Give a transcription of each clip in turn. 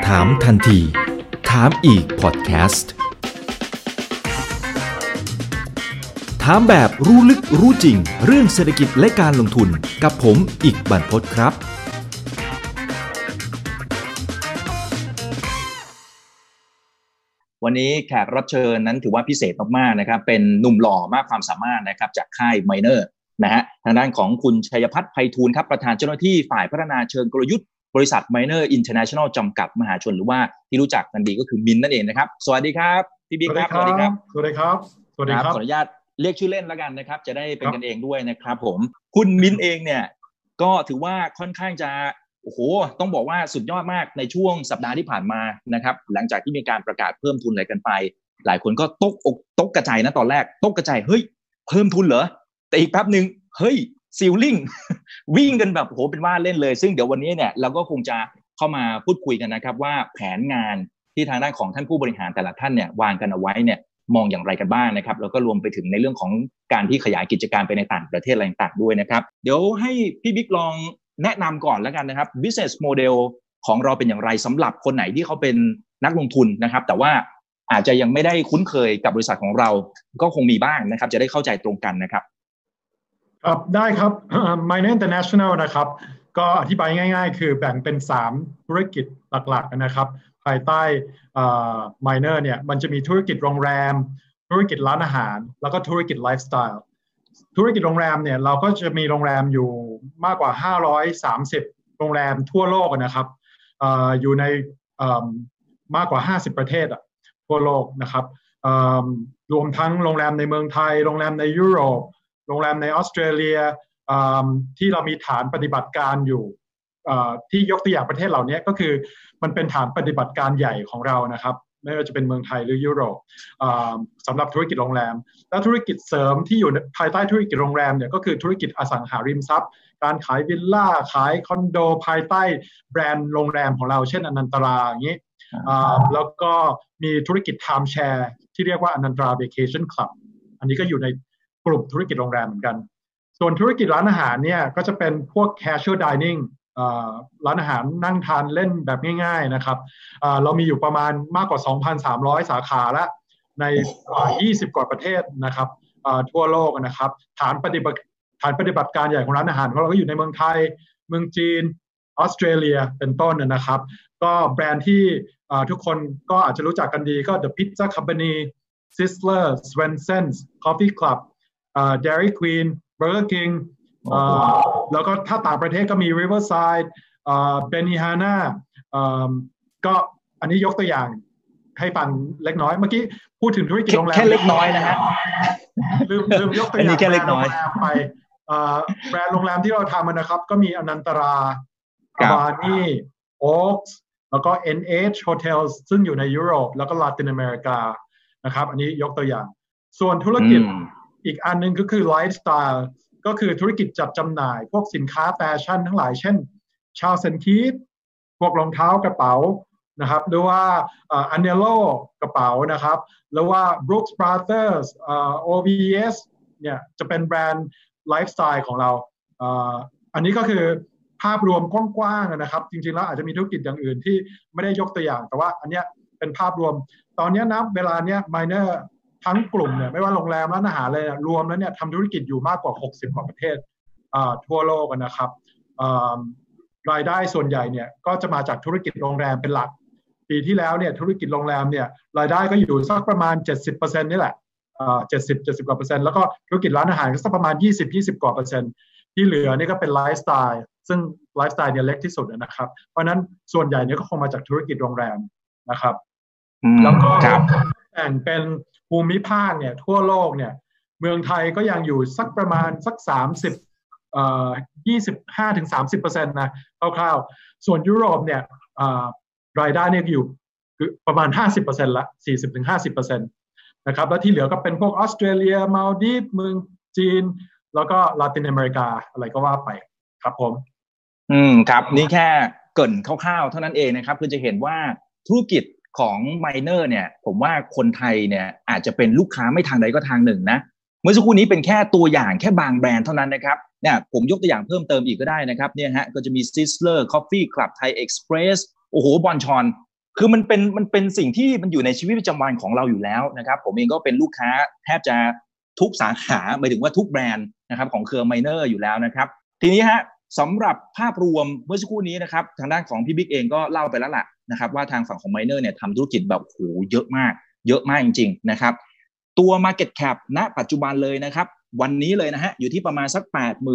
ถามทันทีถามอีกพอดแคสต์ถามแบบรู้ลึกรู้จริงเรื่องเศรษฐกิจและการลงทุนกับผมอีกบรรพตครับวันนี้แขกรับเชิญนั้นถือว่าพิเศษมากๆนะครับเป็นหนุ่มหล่อมากความสามารถนะครับจากค่าย Miner นะฮะทางด้านของคุณชัยพัฒน์ไพฑูรย์ครับประธานเจ้าหน้าที่ฝ่ายพัฒนาเชิงกลยุทธ์บริษัท Miner International จำกัดมหาชนหรือว่าที่รู้จักกันดีก็คือมินนั่นเองนะครับสวัสดีครับพี่บิ๊กครับสวัสดีครับสวัสดีครับสวัสดีครับขออนุญาตเรียกชื่อเล่นแล้วกันนะครับจะได้เป็นกันเองด้วยนะครับผมคุณมินเองเนี่ยก็ถือว่าค่อนข้างจะโอ้โหต้องบอกว่าสุดยอดมากในช่วงสัปดาห์ที่ผ่านมานะครับหลังจากที่มีการประกาศเพิ่มทุนอะไรกันไปหลายคนก็ตกกระจายนะตอนแรกตกกระจายเฮ้ยเพิ่มทุนเหรอแต่อีกแป๊บนึงเฮ้ยซีลลิ่ง วิ่งกันแบบโอ้โหเป็นว่าเล่นเลยซึ่งเดี๋ยววันนี้เนี่ยเราก็คงจะเข้ามาพูดคุยกันนะครับว่าแผนงานที่ทางด้านของท่านผู้บริหารแต่ละท่านเนี่ยวางกันเอาไว้เนี่ยมองอย่างไรกันบ้างนะครับแล้วก็รวมไปถึงในเรื่องของการที่ขยายกิจการไปในต่างประเทศอะไรต่างๆด้วยนะครับเดี๋ยวให้พี่บิ๊กลองแนะนำก่อนแล้วกันนะครับ business model ของเราเป็นอย่างไรสำหรับคนไหนที่เขาเป็นนักลงทุนนะครับแต่ว่าอาจจะยังไม่ได้คุ้นเคยกับบริษัทของเราก็คงมีบ้างนะครับจะได้เข้าใจตรงกันนะครับครับได้ครับ Miner International นะครับก็อธิบายง่ายๆคือแบ่งเป็น3ธุรกิจหลักๆนะครับภายใต้ Miner เนี่ยมันจะมีธุรกิจโรงแรมธุรกิจร้านอาหารแล้วก็ธุรกิจไลฟ์สไตล์ธุรกิจโรงแรมเนี่ยเราก็จะมีโรงแรมอยู่มากกว่า530โรงแรมทั่วโลกนะครับอยู่ในมากกว่า50ประเทศทั่วโลกนะครับรวมทั้งโรงแรมในเมืองไทยโรงแรมในยุโรปโรงแรมในออสเตรเลียที่เรามีฐานปฏิบัติการอยู่ที่ยกตัวอย่างประเทศเหล่านี้ก็คือมันเป็นฐานปฏิบัติการใหญ่ของเรานะครับไม่ว่าจะเป็นเมืองไทยหรือยุโรปสำหรับธุรกิจโรงแรมและธุรกิจเสริมที่อยู่ภายใต้ธุรกิจโรงแรมเนี่ยก็คือธุรกิจอสังหาริมทรัพย์การขายวิลล่าขายคอนโดภายใต้แบรนด์โรงแรมของเราเช่นอนันตราอย่างนี้แล้วก็มีธุรกิจไทม์แชร์ที่เรียกว่าอนันตราเวเคชั่นคลับอันนี้ก็อยู่ในกลุ่มธุรกิจโรงแรมเหมือนกันส่วนธุรกิจร้านอาหารเนี่ยก็จะเป็นพวก casual dining ร้านอาหารนั่งทานเล่นแบบง่ายๆนะครับเรามีอยู่ประมาณมากกว่า 2,300 สาขาแล้วในกว่า20กว่าประเทศนะครับทั่วโลกนะครับฐานปฏิบัติการใหญ่ของร้านอาหารของเราก็อยู่ในเมืองไทยเมืองจีนออสเตรเลียเป็นต้นนะครับก็แบรนด์ที่ทุกคนก็อาจจะรู้จักกันดีก็ The Pizza Company Sizzler Swensen's Coffee Club Dairy Queen Burger King แล้วก็ถ้าต่างประเทศก็มี Riverside Benihana ก็อันนี้ยกตัวอย่างให้ฟังเล็กน้อยเมื่อกี้พูดถึงธุรกิจโรงแรมแค่เล็กน้อยนะฮะลืมยกตัวอย่างแบรนด์โรงแรมไปแบรนด์โรงแรมที่เราทำนะครับก็มีอนันตราอาบานีโอ๊กส์แล้วก็ NH Hotels ซึ่งอยู่ในยุโรปแล้วก็ลาตินอเมริกานะครับอันนี้ยกตัวอย่างส่วนธุรกิจอีกอันนึงก็คือไลฟ์สไตล์ก็คือธุรกิจจัดจำหน่ายพวกสินค้าแฟชั่นทั้งหลายเช่นชาลสันคีทพวกรองเท้ากระเป๋านะครับหรือว่าอันเนโลกระเป๋านะครับหรือว่า Brooks Brothers OVS เนี่ยจะเป็นแบรนด์ไลฟ์สไตล์ของเราอันนี้ก็คือภาพรวมกว้างๆนะครับจริงๆแล้วอาจจะมีธุรกิจอย่างอื่นที่ไม่ได้ยกตัวอย่างแต่ว่าอันเนี้ยเป็นภาพรวมตอนนี้นะเวลาเนี้ย Minerทั้งกลุ่มเนี่ยไม่ว่าโรงแรมร้านอาหารเลยรวมแล้วเนี่ยทำธุรกิจอยู่มากกว่า60กว่าประเทศทั่วโลกนะครับรายได้ส่วนใหญ่เนี่ยก็จะมาจากธุรกิจโรงแรมเป็นหลักปีที่แล้วเนี่ยธุรกิจโรงแรมเนี่ยรายได้ก็อยู่สักประมาณ 70% นี่แหละ70กว่าเปอร์เซ็นต์แล้วก็ธุรกิจร้านอาหารก็สักประมาณ20กว่าเปอร์เซ็นต์ที่เหลือนี่ก็เป็นไลฟ์สไตล์ซึ่งไลฟ์สไตล์เนี่ยเล็กที่สุดนะครับเพราะนั้นส่วนใหญ่เนี่ยก็คงมาจากธุรกิจโรงแรมนะครับแล้วก็แบ่งเป็นภูมิภาคเนี่ยทั่วโลกเนี่ยเมืองไทยก็ยังอยู่สักประมาณสัก25-30% นะคร่าวๆส่วนยุโรปเนี่ยรายได้เนี่ยอยู่ประมาณ 50% ละ 40-50% นะครับแล้วที่เหลือก็เป็นพวกออสเตรเลียมาลดีฟเมืองจีนแล้วก็ลาตินอเมริกาอะไรก็ว่าไปครับผมครับนี่แค่เกริ่นคร่าวๆเท่านั้นเองนะครับคือจะเห็นว่าธุรกิจของ Miner เนี่ยผมว่าคนไทยเนี่ยอาจจะเป็นลูกค้าไม่ทางใดก็ทางหนึ่งนะเมื่อสักครู่นี้เป็นแค่ตัวอย่างแค่บางแบรนด์เท่านั้นนะครับเนี่ยผมยกตัวอย่างเพิ่มเติมอีกก็ได้นะครับเนี่ยฮะก็จะมี Sizzler Coffee Club Thai Express โอ้โหบอนชอนคือมันเป็นสิ่งที่มันอยู่ในชีวิตประจำวันของเราอยู่แล้วนะครับผมเองก็เป็นลูกค้าแทบจะทุกสาขาหมายถึงว่าทุกแบรนด์นะครับของเครือไมเนอร์อยู่แล้วนะครับทีนี้ฮะสำหรับภาพรวมเมื่อสักครู่นี้นะครับทางด้านของพี่บิ๊กเองก็เล่าไปแล้วล่ะนะครับว่าทางฝั่งของไมเนอร์เนี่ยทำธุรกิจแบบโหเยอะมากจริงๆนะครับตัว Market Cap ณปัจจุบันเลยนะครับวันนี้เลยนะฮะอยู่ที่ประมาณสัก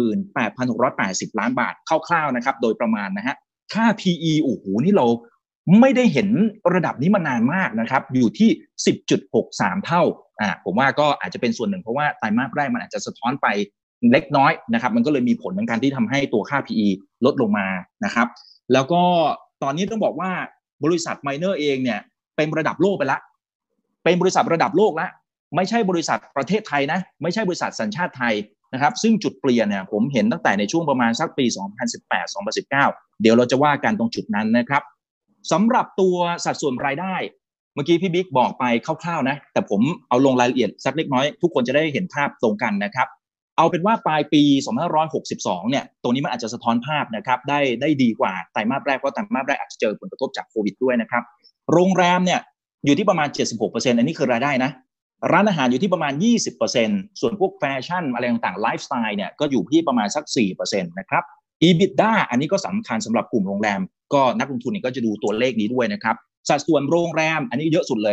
88,680 ล้านบาทคร่าวๆนะครับโดยประมาณนะฮะค่า PE โอ้โหนี่เราไม่ได้เห็นระดับนี้มานานมากนะครับอยู่ที่ 10.63 เท่าผมว่าก็อาจจะเป็นส่วนหนึ่งเพราะว่าไตรมาสแรกมันอาจจะสะท้อนไปเล็กน้อยนะครับมันก็เลยมีผลในการที่ทำให้ตัวค่า PE ลดลงมานะครับแล้วก็ตอนนี้ต้องบอกว่าบริษัทไมเนอร์เองเนี่ยเป็นระดับโลกไปละเป็นบริษัทระดับโลกละไม่ใช่บริษัทประเทศไทยนะไม่ใช่บริษัทสัญชาติไทยนะครับซึ่งจุดเปลี่ยนเนี่ยผมเห็นตั้งแต่ในช่วงประมาณสักปี 2018-2019 เดี๋ยวเราจะว่ากันตรงจุดนั้นนะครับสำหรับตัวสัดส่วนรายได้เมื่อกี้พี่บิ๊กบอกไปคร่าวๆนะแต่ผมเอาลงรายละเอียดสักเล็กน้อยทุกคนจะได้เห็นภาพตรงกันนะครับเอาเป็นว่าปลายปี 2562 เนี่ยตรงนี้มันอาจจะสะท้อนภาพนะครับได้ดีกว่าไตรมาสแรกเพราะไตรมาสแรกอาจจะเจอผลกระทบจากโควิดด้วยนะครับโรงแรมเนี่ยอยู่ที่ประมาณ 76% อันนี้คือรายได้นะร้านอาหารอยู่ที่ประมาณ 20% ส่วนพวกแฟชั่นอะไรต่างๆไลฟ์สไตล์เนี่ยก็อยู่ที่ประมาณสัก 4% นะครับ EBITDA อันนี้ก็สำคัญสำหรับกลุ่มโรงแรมก็นักลงทุนก็จะดูตัวเลขนี้ด้วยนะครับสัดส่วนโรงแรมอันนี้เยอะสุดเลย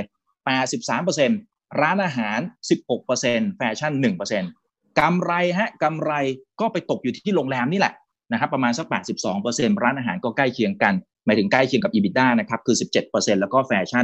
83% ร้านอาหาร 16% แฟชั่น 1% กำไรก็ไปตกอยู่ที่โรงแรมนี่แหละนะครับประมาณสัก 82% ร้านอาหารก็ใกล้เคียงกันหมายถึงใกล้เคียงกับ EBITDA นะครับคือ 17% แล้วก็แฟชั่น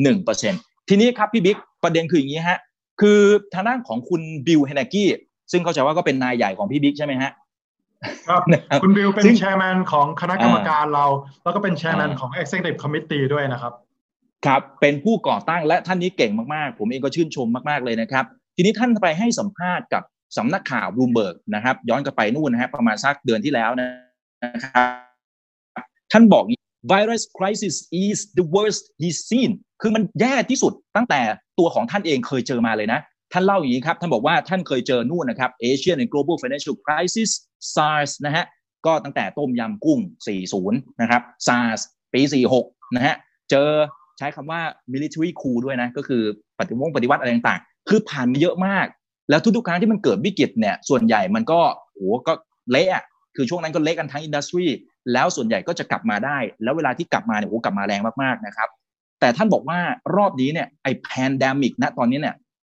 1% ทีนี้ครับพี่บิ๊กประเด็นคืออย่างนี้ฮะคือทางด้านของคุณบิลเฮนกี้ซึ่งเข้าใจว่าก็เป็นนายใหญ่ของพี่บิ๊กใช่ไหมฮะครับคุณบิลเป็นแชร์แมนของคณะกรรมการเราแล้วก็เป็นแชร์แมนของ Executive Committee ด้วยนะครับครับเป็นผู้ก่อตั้งและท่านนี้เก่งมากๆผมเองก็ชื่นชมมากๆเลยนะครับทีนี้ท่านไปให้สัมภาษณ์กับสำนักข่าว Bloomberg นะครับย้อนกลับไปนู่นนะฮะประมาณสักเดือนที่แล้วนะครับท่านบอก Virus crisis is the worst he's seen คือมันแย่ที่สุดตั้งแต่ตัวของท่านเองเคยเจอมาเลยนะท่านเล่าอย่างนี้ครับท่านบอกว่าท่านเคยเจอนู่นนะครับ Asian and Global Financial Crisis SARS นะฮะก็ตั้งแต่ต้มยำกุ้ง40นะครับ SARS ปี46นะฮะเจอใช้คำว่า military coup ด้วยนะก็คือปฏิวัติอะไรต่างๆคือผ่านมาเยอะมากแล้วทุกๆครั้งที่มันเกิดวิกฤตเนี่ยส่วนใหญ่มันก็ก็เละอ่ะคือช่วงนั้นก็เละกันทั้งอินดัสทรีแล้วส่วนใหญ่ก็จะกลับมาได้แล้วเวลาที่กลับมาเนี่ยกลับมาแรงมากๆนะครับแต่ท่านบอกว่ารอบนี้เนี่ยไอ้ pandemic ณตอนนี้เนี่ย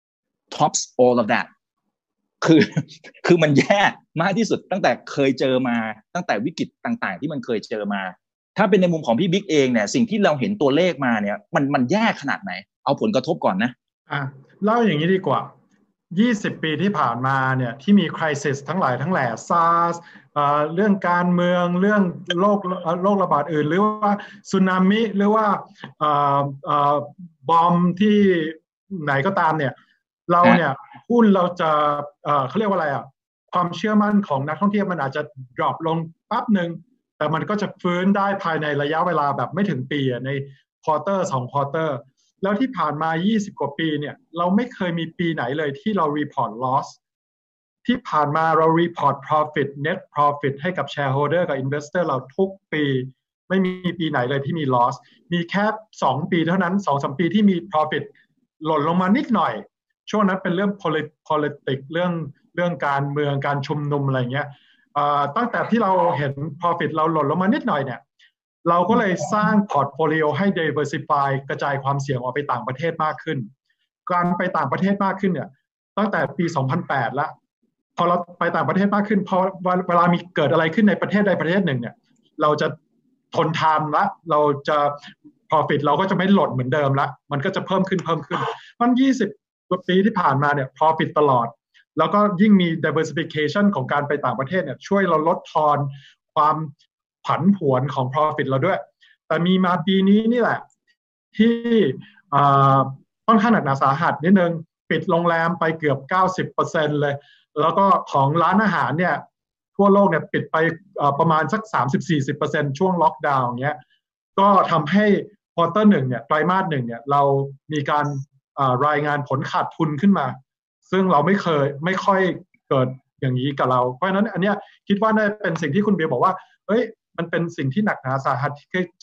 tops all of that คือมันแย่มากที่สุดตั้งแต่เคยเจอมาตั้งแต่วิกฤตต่างๆที่มันเคยเจอมาถ้าเป็นในมุมของพี่บิ๊กเองเนี่ยสิ่งที่เราเห็นตัวเลขมาเนี่ยมันแย่ขนาดไหนเอาผลกระทบก่อนนะเล่าอย่างนี้ดีกว่า20 ปีที่ผ่านมาเนี่ยที่มีคริสิสทั้งหลายทั้งแหล่ SARS เรื่องการเมืองเรื่องโรคระบาดอื่นหรือว่าสึนามิหรือว่าบอมที่ไหนก็ตามเนี่ยเราเนี่ยหุ้นเราจะเขาเรียกว่าอะไรความเชื่อมั่นของนักท่องเที่ยวมันอาจจะ drop ลงแป๊บหนึ่งแต่มันก็จะฟื้นได้ภายในระยะเวลาแบบไม่ถึงปีในควอเตอร์2ควอเตอร์แล้วที่ผ่านมา20 กว่าปีเนี่ยเราไม่เคยมีปีไหนเลยที่เรา report loss ที่ผ่านมาเรา report profit net profit ให้กับ shareholder กับ investor เราทุกปีไม่มีปีไหนเลยที่มี loss มีแค่2 ปีเท่านั้น 2-3 ปีที่มี profit หล่นลงมานิดหน่อยช่วงนั้นเป็นเรื่อง politics เรื่องการเมืองการชุมนุมอะไรเงี้ยตั้งแต่ที่เราเห็น profit เราหล่นลงมานิดหน่อยเนี่ยเราก็เลยสร้างพอร์ตโฟลิโอให้ diversify กระจายความเสี่ยงออกไปต่างประเทศมากขึ้นการไปต่างประเทศมากขึ้นเนี่ยตั้งแต่ปี 2008 แล้วพอเราไปต่างประเทศมากขึ้นพอเวลามีเกิดอะไรขึ้นในประเทศใดประเทศหนึ่งเนี่ยเราจะทนทานละเราจะ profit เราก็จะไม่หล่นเหมือนเดิมละมันก็จะเพิ่มขึ้นมัน20 กว่าปีที่ผ่านมาเนี่ย profit ตลอดแล้วก็ยิ่งมี diversification ของการไปต่างประเทศเนี่ยช่วยเราลดทอนความผันผวนของ profit เราด้วยแต่มีมาปีนี้นี่แหละที่ค่อนข้างหนักหนาสาหัสนิดนึงปิดโรงแรมไปเกือบ 90% เลยแล้วก็ของร้านอาหารเนี่ยทั่วโลกเนี่ยปิดไปประมาณสัก 30-40% ช่วงล็อกดาวน์เงี้ยก็ทำให้ควอเตอร์1เนี่ยไตรมาส1เนี่ยเรามีการรายงานผลขาดทุนขึ้นมาซึ่งเราไม่ค่อยเกิดอย่างนี้กับเราเพราะฉะนั้นอันเนี้ยคิดว่าน่าเป็นสิ่งที่คุณเบียร์บอกว่าเฮ้ยมันเป็นสิ่งที่หนักหนาสาหัสที่เคยเจอ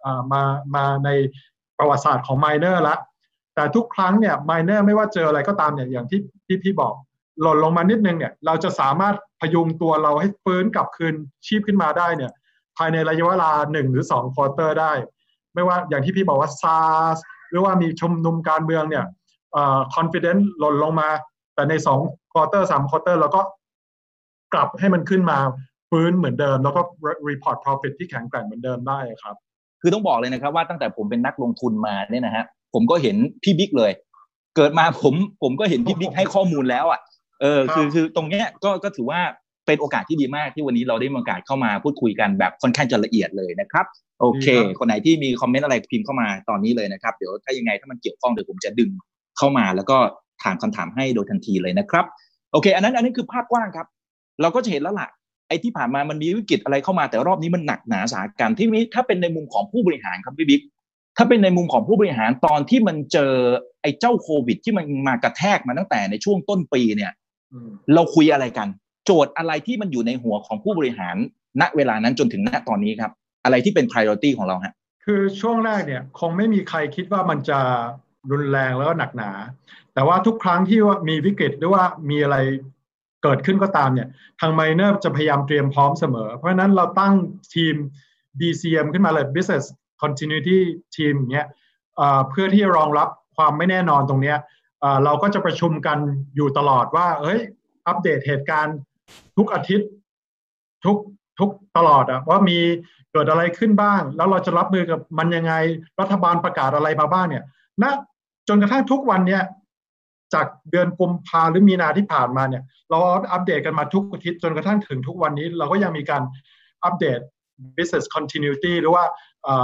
มาในประวัติศาสตร์ของ miner ละแต่ทุกครั้งเนี่ย miner ไม่ว่าเจออะไรก็ตามเนี่ยอย่างที่พี่บอกหล่นลงมานิดนึงเนี่ยเราจะสามารถพยุงตัวเราให้ฟื้นกลับคืนชีพขึ้นมาได้เนี่ยภายในระยะเวลา1 หรือ 2 ควอเตอร์ได้ไม่ว่าอย่างที่พี่บอกว่า SARS หรือว่ามีชุมนุมการเมืองเนี่ยconfidence หล่นลงมาแต่ใน2 ควอเตอร์ 3 ควอเตอร์เราก็กลับให้มันขึ้นมาฟื้นเหมือนเดิมแล้วก็ report profit ที่แข็งแกร่งเหมือนเดิมได้ครับคือต้องบอกเลยนะครับว่าตั้งแต่ผมเป็นนักลงทุนมาเนี่ยนะฮะผมก็เห็นพี่บิ๊กเลยเกิดมาผมก็เห็นพี่บิ๊กให้ข้อมูลแล้วอ่ะคือตรงเนี้ยก็ถือว่าเป็นโอกาสที่ดีมากที่วันนี้เราได้มีโอกาสเข้ามาพูดคุยกันแบบค่อนข้างจะละเอียดเลยนะครับโอเคคนไหนที่มีคอมเมนต์อะไรพิมพ์เข้ามาตอนนี้เลยนะครับเดี๋ยวถ้ายังไงถ้ามันเกี่ยวข้องเดี๋ยวผมจะดึงเข้ามาแล้วก็ถามคำถามให้โดยทันทีเลยนะครับโอเคอันนั้นคือภาพกว้างครับเราก็จะเห็นแล้วล่ะไอ้ที่ผ่านมามันมีวิกฤตอะไรเข้ามาแต่รอบนี้มันหนักหนาสาหัสที่นี้ถ้าเป็นในมุมของผู้บริหารครับพี่บิ๊กถ้าเป็นในมุมของผู้บริหารตอนที่มันเจอไอ้เจ้าโควิดที่มันมากระแทกมาตั้งแต่ในช่วงต้นปีเนี่ยเราคุยอะไรกันโจทย์อะไรที่มันอยู่ในหัวของผู้บริหารณเวลานั้นจนถึงณตอนนี้ครับอะไรที่เป็น priority ของเราฮะคือช่วงแรกเนี่ยคงไม่มีใครคิดว่ามันจะรุนแรงแล้วก็หนักหนาแต่ว่าทุกครั้งที่ว่ามีวิกฤตหรือว่ามีอะไรเกิดขึ้นก็ตามเนี่ยทาง miner จะพยายามเตรียมพร้อมเสมอเพราะฉะนั้นเราตั้งทีม BCM ขึ้นมาเลย Business Continuity Team เนี้ยเพื่อที่จะรองรับความไม่แน่นอนตรงเนี้ยเราก็จะประชุมกันอยู่ตลอดว่าเฮ้ยอัปเดตเหตุการณ์ทุกอาทิตย์ทุกตลอดว่ามีเกิดอะไรขึ้นบ้างแล้วเราจะรับมือกับมันยังไงรัฐบาลประกาศอะไรมาบ้างเนี่ยนะจนกระทั่งทุกวันเนี่ยจากเดือนกุมภาหรือมีนาที่ผ่านมาเนี่ยเราอัปเดตกันมาทุกอาทิตย์จนกระทั่งถึงทุกวันนี้เราก็ยังมีการอัปเดต business continuity หรือว่า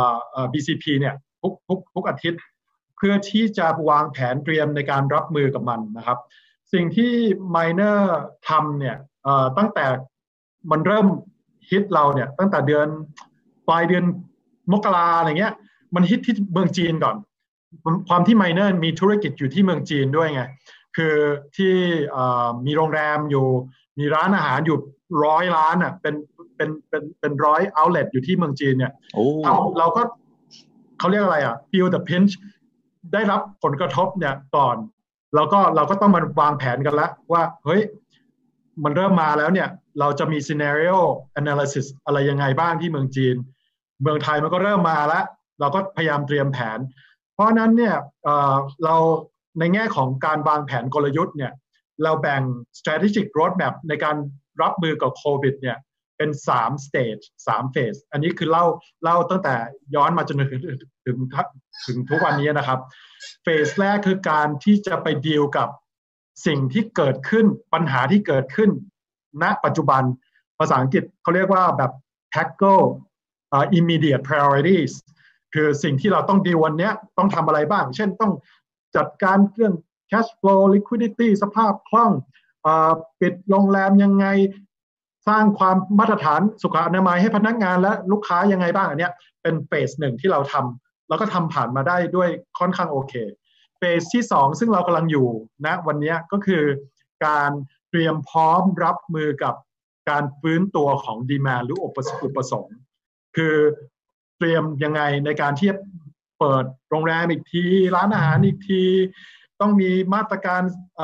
BCP เนี่ยทุกอาทิตย์เพื่อที่จะวางแผนเตรียมในการรับมือกับมันนะครับสิ่งที่ miner ทำเนี่ยตั้งแต่มันเริ่มฮิตเราเนี่ยตั้งแต่ปลายเดือนมกราอะไรเงี้ยมันฮิตที่เมืองจีนก่อนความที่ miner มีธุรกิจอยู่ที่เมืองจีนด้วยไงคือที่มีโรงแรมอยู่มีร้านอาหารอยู่100 ร้านอ่ะเป็น100 outlet อยู่ที่เมืองจีนเนี่ยเราก็เขาเรียกอะไรอ่ะ feel the pinch ได้รับผลกระทบเนี่ยก่อนเราก็ต้องมาวางแผนกันแล้วว่าเฮ้ยมันเริ่มมาแล้วเนี่ยเราจะมี scenario analysis อะไรยังไงบ้างที่เมืองจีนเมืองไทยมันก็เริ่มมาแล้วเราก็พยายามเตรียมแผนเพราะนั้นเนี่ยเราในแง่ของการวางแผนกลยุทธ์เนี่ยเราแบ่ง strategic roadmap ในการรับมือกับโควิดเนี่ยเป็น3 stage 3 phase อันนี้คือเล่าตั้งแต่ย้อนมาจนถึงทุกวันนี้นะครับเฟสแรกคือการที่จะไปดีลกับสิ่งที่เกิดขึ้นปัญหาที่เกิดขึ้นณปัจจุบันภาษาอังกฤษเขาเรียกว่าแบบ tackle immediate priorities คือสิ่งที่เราต้องดีลวันนี้ต้องทำอะไรบ้างเช่นต้องจัดการเรื่อง cash flow liquidity สภาพคล่องปิดโรงแรมยังไงสร้างความมาตรฐานสุขอนามัยให้พนักงานและลูกค้ายังไงบ้างอันนี้เป็นเฟส1ที่เราทำแล้วก็ทำผ่านมาได้ด้วยค่อนข้างโอเคเฟสที่2ซึ่งเรากำลังอยู่นะวันนี้ก็คือการเตรียมพร้อมรับมือกับการฟื้นตัวของ demand หรืออุปสงค์คือเตรียมยังไงในการที่จะเปิดโรงแรมอีกทีร้านอาหารอีกทีต้องมีมาตรการ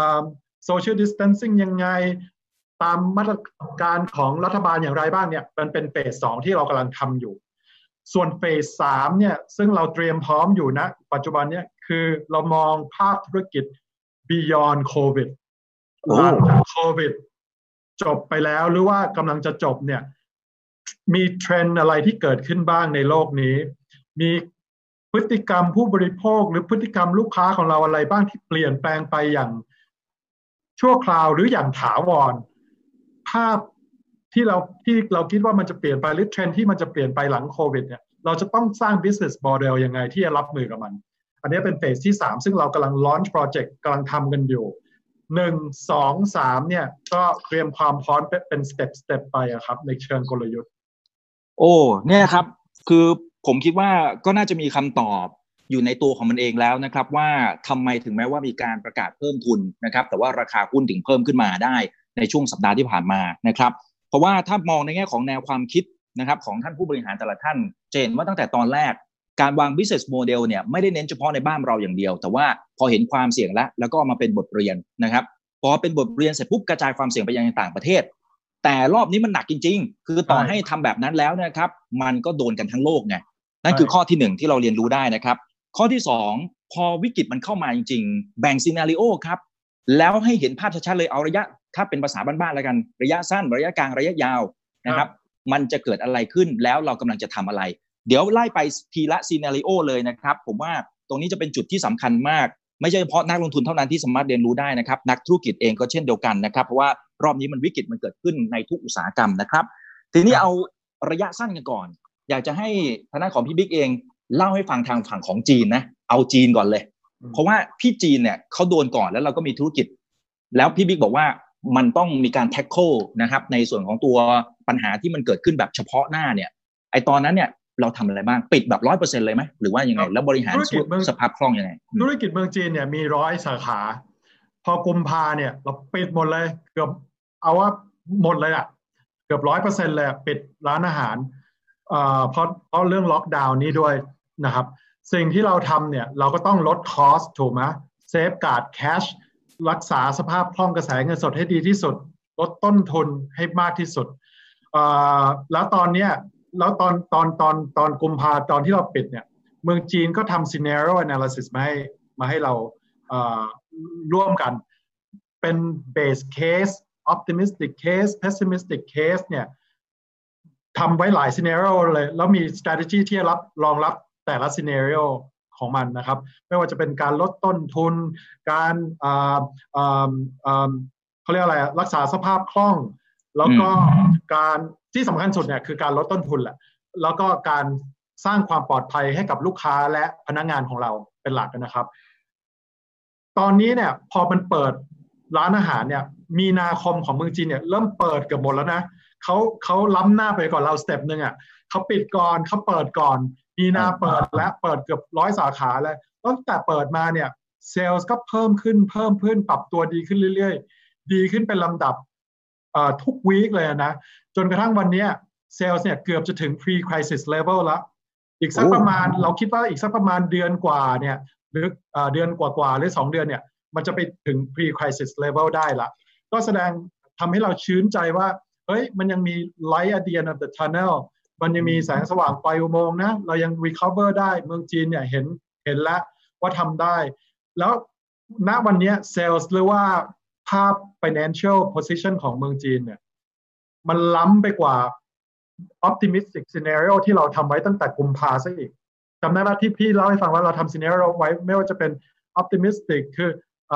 social distancing ยังไงตามมาตรการของรัฐบาลอย่างไรบ้างเนี่ยมันเป็นเฟส2ที่เรากำลังทำอยู่ส่วนเฟส3เนี่ยซึ่งเราเตรียมพร้อมอยู่นะปัจจุบันเนี่ยคือเรามองภาพธุรกิจ beyond covid หลังจากโควิดจบไปแล้วหรือว่ากำลังจะจบเนี่ยมีเทรนด์อะไรที่เกิดขึ้นบ้างในโลกนี้มีพฤติกรรมผู้บริโภคหรือพฤติกรรมลูกค้าของเราอะไรบ้างที่เปลี่ยนแปลงไปอย่างชั่วคราวหรืออย่างถาวรภาพที่เราคิดว่ามันจะเปลี่ยนไปหรือเทรนด์ที่มันจะเปลี่ยนไปหลังโควิดเนี่ยเราจะต้องสร้าง business model ยังไงที่จะรับมือกับมันอันนี้เป็นเฟสที่3ซึ่งเรากำลัง launch project กำลังทำกันอยู่1 2 3เนี่ยก็เตรียมความพร้อมเป็นสเต็ปไปครับในเชิงกลยุทธ์โอ้เนี่ยครับคือผมคิดว่าก็น่าจะมีคำตอบอยู่ในตัวของมันเองแล้วนะครับว่าทำไมถึงแม้ว่ามีการประกาศเพิ่มทุนนะครับแต่ว่าราคาหุ้นถึงเพิ่มขึ้นมาได้ในช่วงสัปดาห์ที่ผ่านมานะครับเพราะว่าถ้ามองในแง่ของแนวความคิดนะครับของท่านผู้บริหารแต่ละท่านจะเห็นว่าตั้งแต่ตอนแรกการวาง business model เนี่ยไม่ได้เน้นเฉพาะในบ้านเราอย่างเดียวแต่ว่าพอเห็นความเสี่ยงแล้วก็มาเป็นบทเรียนนะครับพอเป็นบทเรียนเสร็จปุ๊บกระจายความเสี่ยงไปยังต่างประเทศแต่รอบนี้มันหนักจริงๆคือต่อให้ทำแบบนั้นแล้วนะครับมันก็โดนกันทั้งโลกไงนั่นคือข้อที่1ที่เราเรียนรู้ได้นะครับข้อที่2พอวิกฤตมันเข้ามาจริงๆแบ่งซีนาริโอครับแล้วให้เห็นภาพชัดๆเลยเอาระยะถ้าเป็นภาษาบ้านๆแล้วกันระยะสั้นระยะกลางระยะยาวนะครับมันจะเกิดอะไรขึ้นแล้วเรากำลังจะทำอะไรเดี๋ยวไล่ไปทีละซีนาริโอเลยนะครับผมว่าตรงนี้จะเป็นจุดที่สำคัญมากไม่ใช่เฉพาะนักลงทุนเท่านั้นที่สามารถเรียนรู้ได้นะครับนักธุรกิจเองก็เช่นเดียวกันนะครับเพราะว่ารอบนี้มันวิกฤตมันเกิดขึ้นในทุกอุตสาหกรรมนะครับทีนี้เอาระยะสั้นกันก่อนอยากจะให้ทางด้านของพี่บิ๊กเองเล่าให้ฟังทางฝั่งของจีนนะเอาจีนก่อนเลยเพราะว่าพี่จีนเนี่ยเขาโดนก่อนแล้วเราก็มีธุรกิจแล้วพี่บิ๊กบอกว่ามันต้องมีการแท็กเกิลนะครับในส่วนของตัวปัญหาที่มันเกิดขึ้นแบบเฉพาะหน้าเนี่ยไอตอนนั้นเนี่ยเราทำอะไรบ้างปิดแบบ 100% เลยไหมหรือว่ายังไงแล้วบริหารสภาพคล่องยังไงธุรกิจเมืองจีนเนี่ยมี100 สาขาพอกุมภาเนี่ยเราปิดหมดเลยเกือบเอาว่าหมดเลยอ่ะเกือบ 100% เลยปิดร้านอาหารเพราะเรื่องล็อกดาวน์นี้ด้วยนะครับสิ่งที่เราทำเนี่ยเราก็ต้องลดคอสถูกไหมเซฟการ์ดแคชรักษาสภาพคล่องกระแสเงินสดให้ดีที่สุดลดต้นทุนให้มากที่สุดแล้วตอนเนี้ยแล้วตอนกุมภาตอนที่เราปิดเนี่ยเมืองจีนก็ทำ scenario analysis มาให้เราร่วมกันเป็น base case optimistic case pessimistic case เนี่ยทำไว้หลาย scenario เลยแล้วมี strategy ที่จะรองรับแต่ละ scenario ของมันนะครับไม่ว่าจะเป็นการลดต้นทุนการเขาเรียกอะไรรักษาสภาพคล่องแล้วก็การที่สำคัญสุดเนี่ยคือการลดต้นทุนแหละแล้วก็การสร้างความปลอดภัยให้กับลูกค้าและพนักงานของเราเป็นหลักนะครับตอนนี้เนี่ยพอมันเปิดร้านอาหารเนี่ยมีนาคมของเมืองจีนเนี่ยเริ่มเปิดเกือบหมดแล้วนะเขาล้ำหน้าไปก่อนเราสเต็ปนึงอ่ะเขาปิดก่อนเขาเปิดก่อนมีนาเปิดและเปิดเกือบ100 สาขาเลยตั้งแต่เปิดมาเนี่ยเซลล์ก็เพิ่มขึ้นปรับตัวดีขึ้นเรื่อยๆดีขึ้นเป็นลำดับทุกวีคเลยนะจนกระทั่งวันนี้เซลล์เนี่ยเกือบจะถึง pre-crisis level แล้วอีกสักประมาณเราคิดว่าอีกสักประมาณเดือนกว่าเนี่ยหรือเดือนกว่าหรือ2 เดือนเนี่ยมันจะไปถึง pre-crisis level ได้ละก็แสดงทำให้เราชื่นใจว่าเฮ้ยมันยังมี light at the end of the tunnel มันยังมีแสงสว่างปลายอุโมงค์นะเรายัง recover ได้เมืองจีนเนี่ยเห็นแล้วว่าทำได้แล้วณวันนี้ sales หรือว่าภาพ financial position ของเมืองจีนเนี่ยมันล้ำไปกว่า optimistic scenario ที่เราทำไว้ตั้งแต่กุมภาซะอีกจำได้ไหมที่พี่เล่าให้ฟังว่าเราทำ scenario ไว้ไม่ว่าจะเป็น optimistic คือ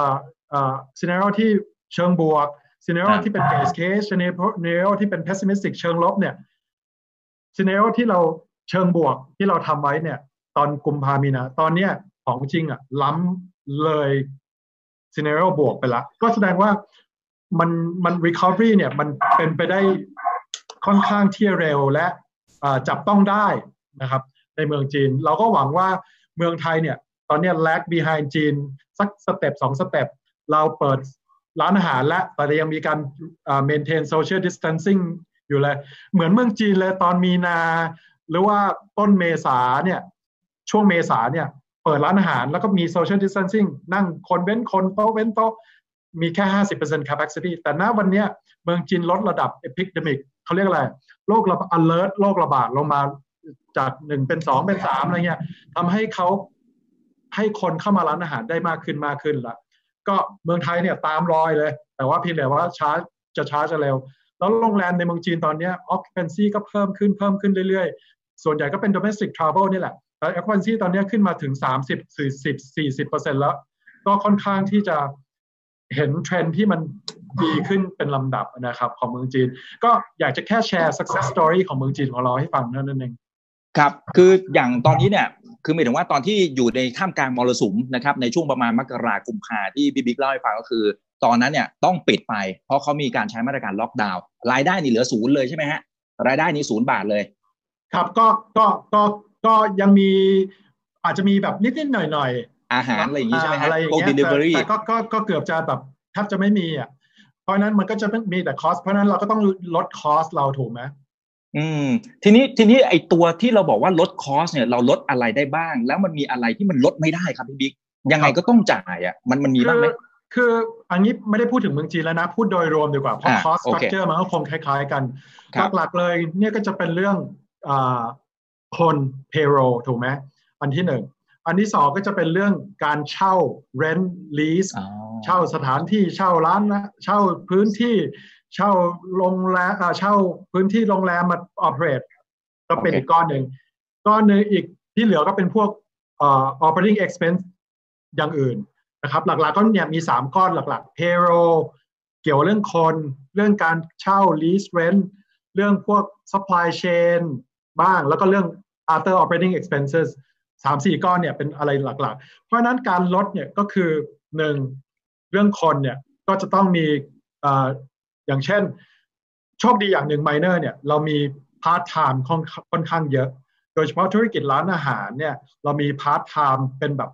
scenario ที่เชิงบวก scenario ที่เป็น base case scenario ที่เป็น pessimistic เชิงลบเนี่ย scenario ที่เราเชิงบวกที่เราทำไว้เนี่ยตอนกุมภามีนาตอนเนี้ยของจริงอ่ะล้ำเลยscenario บวกไปละก็แสดงว่ามัน recovery เนี่ยมันเป็นไปได้ค่อนข้างที่เร็วและจับต้องได้นะครับในเมืองจีนเราก็หวังว่าเมืองไทยเนี่ยตอนนี้ lag behind จีนสักสเต็ป2 สเต็ปเราเปิดร้านอาหารและแต่ยังมีการ maintain social distancing อยู่เลยเหมือนเมืองจีนเลยตอนมีนาหรือว่าต้นเมษาเนี่ยช่วงเมษาเนี่ยเปิดร้านอาหารแล้วก็มี social distancing นั่งคนเว้นคนโต๊ะเว้นโต๊ะมีแค่ 50% capacity แต่ณวันนี้เมืองจีนลดระดับ epidemic เขาเรียกอะไรโรคalert โรคระบาดลงมาจาก1เป็น2เป็น3อะไรเงี้ยทำให้เขาให้คนเข้ามาร้านอาหารได้มากขึ้นละก็เมืองไทยเนี่ยตามรอยเลยแต่ว่าเพียงแต่ว่าช้าจะเร็วแล้วโรงแรมในเมืองจีนตอนนี้ occupancy ก็เพิ่มขึ้นเรื่อยๆส่วนใหญ่ก็เป็น domestic travel นี่แหละแต่ occupancy ตอนนี้ขึ้นมาถึง30-40% แล้วก็ค่อนข้างที่จะเห็นเทรนด์ที่มันดีขึ้นเป็นลำดับนะครับของเมืองจีนก็อยากจะแค่แชร์ success story ของเมืองจีนของเราให้ฟังนั่นเองครับคืออย่างตอนนี้เนี่ยคือหมายถึงว่าตอนที่อยู่ในท่ามกลางมรสุมนะครับในช่วงประมาณมกราคมกุมภาที่บิ๊กเล่าให้ฟังก็คือตอนนั้นเนี่ยต้องปิดไปเพราะเขามีการใช้มาตรการล็อกดาวน์รายได้นี่เหลือ0เลยใช่ไหมฮะรายได้นี่0 บาทเลยครับก็ยังมีอาจจะมีแบบนิดๆหน่อยๆอาหารอะไรอย่างนี้ใช่ไหมฮะพวก delivery แต่ก็เกือบจะแบบแทบจะไม่มีอ่ะเพราะนั้นมันก็จะมีแต่ cost เพราะนั้นเราก็ต้องลด cost เราถูกไหมทีนี้ไอตัวที่เราบอกว่าลดคอสเนี่ยเราลดอะไรได้บ้างแล้วมันมีอะไรที่มันลดไม่ได้ครับพี่บิ๊กยังไงก็ต้องจ่ายอ่ะมันมีบ้างไหมคืออันนี้ไม่ได้พูดถึงเมืองจีนแล้วนะพูดโดยรวมดีกว่าเพราะ cost structure มันก็คงคล้ายๆกันหลักๆเลยเนี่ยก็จะเป็นเรื่องคน payroll ถูกไหมอันที่หนึ่งอันที่สองก็จะเป็นเรื่องการเช่า rent lease เช่าสถานที่เช่าร้านนะเช่าพื้นที่เช่าโรงแรมเช่าพื้นที่โรงแรมมา operate ก็เป็นอีกก้อนหนึ่งอีกที่เหลือก็เป็นพวกoperating expense อย่างอื่นนะครับหลักๆก็เนี่ยมี3ก้อนหลักๆ payroll เกี่ยวเรื่องคนเรื่องการเช่า lease rent เรื่องพวก supply chain บ้างแล้วก็เรื่อง other operating expenses 3-4 ก้อนเนี่ยเป็นอะไรหลักๆเพราะฉะนั้นการลดเนี่ยก็คือ1เรื่องคนเนี่ยก็จะต้องมีอย่างเช่นโชคดีอย่างหนึ่ง Minor เนี่ยเรามี part time ค่อนข้างเยอะโดยเฉพาะธุรกิจร้านอาหารเนี่ยเรามี part time เป็นแบบ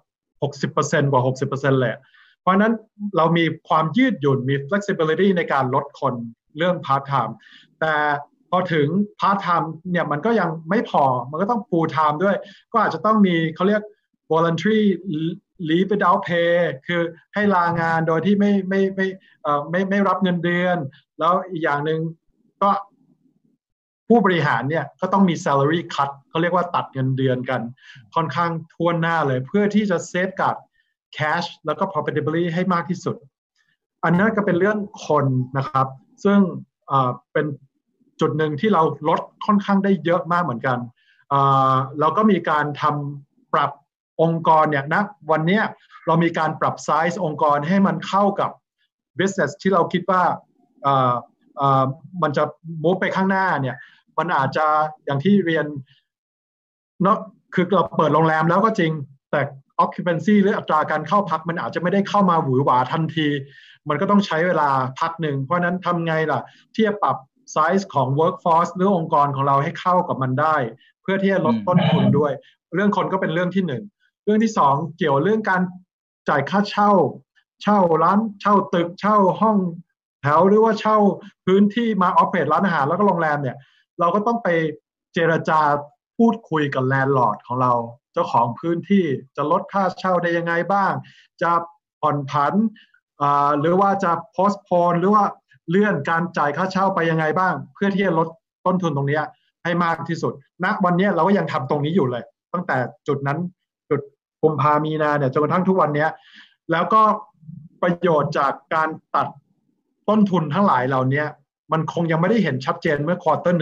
60% กว่า 60% เลยเพราะนั้นเรามีความยืดหยุ่นมี flexibility ในการลดคนเรื่อง part time แต่พอถึง part time เนี่ยมันก็ยังไม่พอมันก็ต้อง full time ด้วยก็อาจจะต้องมีเขาเรียก voluntary leave without pay คือให้ลางานโดยที่ไม่รับเงินเดือนแล้วอีกอย่างหนึ่งก็ผู้บริหารเนี่ยก็ต้องมี salary cut เขาเรียกว่าตัดเงินเดือนกันค่อนข้างทั่วหน้าเลยเพื่อที่จะ safeguard cash แล้วก็ profitability ให้มากที่สุดอันนั้นก็เป็นเรื่องคนนะครับซึ่งเป็นจุดหนึ่งที่เราลดค่อนข้างได้เยอะมากเหมือนกันเราก็มีการทำปรับองค์กรเนี่ยนะวันนี้เรามีการปรับไซส์องค์กรให้มันเข้ากับ business ที่เราคิดว่ามันจะ move ไปข้างหน้าเนี่ยมันอาจจะอย่างที่เรียนเนาะคือเราเปิดโรงแรมแล้วก็จริงแต่ occupancy หรืออัตราการเข้าพักมันอาจจะไม่ได้เข้ามาหวือหวาทันทีมันก็ต้องใช้เวลาพักหนึ่งเพราะนั้นทำไงล่ะที่จะปรับไซส์ของ workforce หรือองค์กรของเราให้เข้ากับมันได้เพื่อที่จะลดต้นทุนด้วยเรื่องคนก็เป็นเรื่องที่หนึ่งเรื่องที่สองเกี่ยวเรื่องการจ่ายค่าเช่าร้านเช่าตึกเช่าห้องแถวหรือว่าเช่าพื้นที่มาออเปเรตร้านอาหารแล้วก็โรงแรมเนี่ยเราก็ต้องไปเจรจาพูดคุยกับแลนด์ลอร์ดของเราเจ้าของพื้นที่จะลดค่าเช่าได้ยังไงบ้างจะผ่อนผันหรือว่าจะ postpone หรือว่าเลื่อนการจ่ายค่าเช่าไปยังไงบ้างเพื่อที่จะลดต้นทุนตรงนี้ให้มากที่สุดณวันนี้เราก็ยังทำตรงนี้อยู่เลยตั้งแต่จุดนั้นจุดกุมภามีนาเนี่ยจนกระทั่งทุกวันนี้แล้วก็ประโยชน์จากการตัดต้นทุนทั้งหลายเหล่านี้มันคงยังไม่ได้เห็นชัดเจนเมื่อควอเตอร์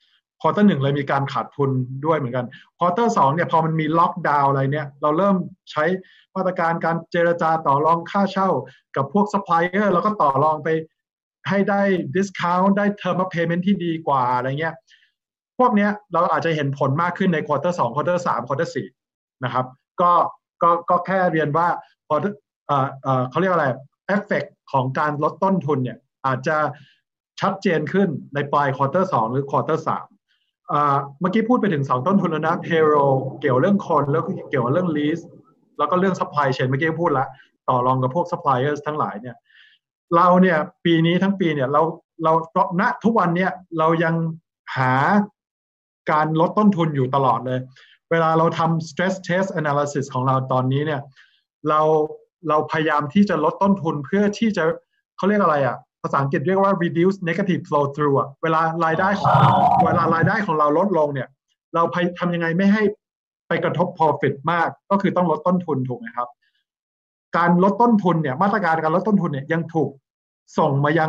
1เลยมีการขาดทุนด้วยเหมือนกันควอเตอร์ 2เนี่ยพอมันมีล็อกดาวน์อะไรเนี่ยเราเริ่มใช้มาตรการการเจรจาต่อรองค่าเช่ากับพวกซัพพลายเออร์แล้วก็ต่อรองไปให้ได้ discount ได้ term of payment ที่ดีกว่าอะไรเงี้ยพวกนี้เราอาจจะเห็นผลมากขึ้นในควอเตอร์ 2ควอเตอร์ 3ควอเตอร์ 4นะครับก็แค่เรียนว่าพอเขาเรียกอะไรเอฟเฟกต์ของการลดต้นทุนเนี่ยอาจจะชัดเจนขึ้นในปลายควอเตอร์ 2หรือควอเตอร์ 3เมื่อกี้พูดไปถึง2ต้นทุนแล้วนะ payroll เกี่ยวเรื่องคนแล้วก็เกี่ยวเรื่อง lease แล้วก็เรื่อง supply chain เมื่อกี้พูดแล้วต่อรองกับพวก suppliers ทั้งหลายเนี่ยเราเนี่ยปีนี้ทั้งปีเนี่ยเราณทุกวันเนี่ยเรายังหาการลดต้นทุนอยู่ตลอดเลยเวลาเราทำ stress test analysis ของเราตอนนี้เนี่ยเราพยายามที่จะลดต้นทุนเพื่อที่จะเขาเรียกอะไรอ่ะภาษาอังกฤษเรียกว่า reduce negative flow through อ่ะเวลารายได้ของเราลดลงเนี่ยเราทำยังไงไม่ให้ไปกระทบ profit มากก็คือต้องลดต้นทุนถูกไหมครับการลดต้นทุนเนี่ยมาตรการการลดต้นทุนเนี่ยยังถูกส่งมายัง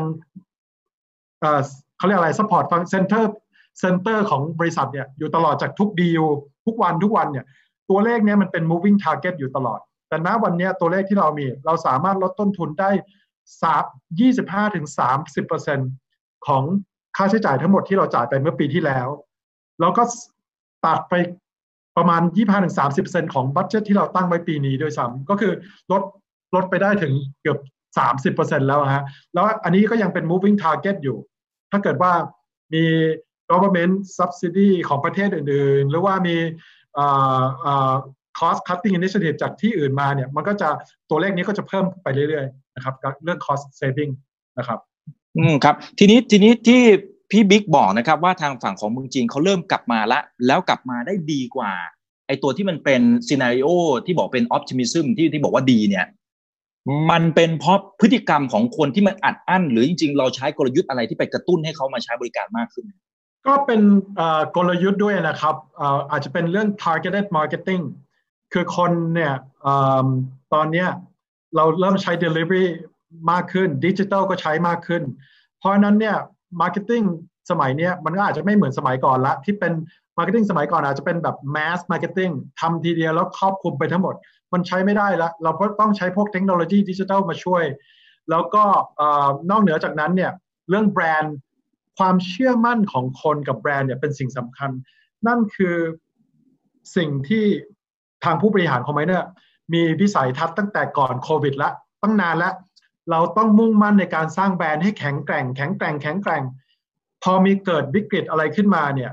เขาเรียกอะไร support center ของบริษัทเนี่ยอยู่ตลอดจากทุกดีลทุกวันเนี่ยตัวเลขเนี่ยมันเป็น moving target อยู่ตลอดแต่ณวันนี้ตัวเลขที่เราสามารถลดต้นทุนได้25-30% ของค่าใช้จ่ายทั้งหมดที่เราจ่ายไปเมื่อปีที่แล้วแล้วก็ตัดไปประมาณ 25-30% ของบัดเจ็ตที่เราตั้งไว้ปีนี้ด้วยซ้ำก็คือลดไปได้ถึงเกือบ 30% แล้วฮะแล้วอันนี้ก็ยังเป็น moving target อยู่ถ้าเกิดว่ามี government subsidy ของประเทศอื่นๆหรือว่ามีcost cutting initiative จากที่อื่นมาเนี่ยมันก็จะตัวเลขนี้ก็จะเพิ่มไปเรื่อยๆนะครับเรื่อง cost saving นะครับครับทีนี้ที่พี่บิ๊กบอกนะครับว่าทางฝั่งของเมืองจีนเขาเริ่มกลับมาแล้วกลับมาได้ดีกว่าไอตัวที่มันเป็นซีนาริโอที่บอกเป็นออ t ติมิซึมที่บอกว่าดีเนี่ยมันเป็นเพราะพฤติกรรมของคนที่มันอัดอั้นหรือจริงๆเราใช้กลยุทธ์อะไรที่ไปกระตุ้นให้เขามาใช้บริการมากขึ้นก็เป็นกลยุทธ์ด้วยนะครับอาจจะเป็นเรื่อง targeted marketing คือคนเนี่ยตอนนี้เราเริ่มใช้ delivery มากขึ้นดิจิทัลก็ใช้มากขึ้นเพราะนั้นเนี่ย marketing สมัยนี้มันก็อาจจะไม่เหมือนสมัยก่อนละที่เป็น marketing สมัยก่อนอาจจะเป็นแบบ mass marketing ทำทีเดียวแล้วครอบคลุมไปทั้งหมดมันใช้ไม่ได้ละเราต้องใช้พวกเทคโนโลยีดิจิทัลมาช่วยแล้วก็นอกเหนือจากนั้นเนี่ยเรื่องแบรนด์ความเชื่อมั่นของคนกับแบรนด์เนี่ยเป็นสิ่งสำคัญนั่นคือสิ่งที่ทางผู้บริหารของไมเนอร์มีวิสัยทัศน์ตั้งแต่ก่อนโควิดละตั้งนานแล้วเราต้องมุ่งมั่นในการสร้างแบรนด์ให้แข็งแกร่งพอมีเกิดวิกฤตอะไรขึ้นมาเนี่ย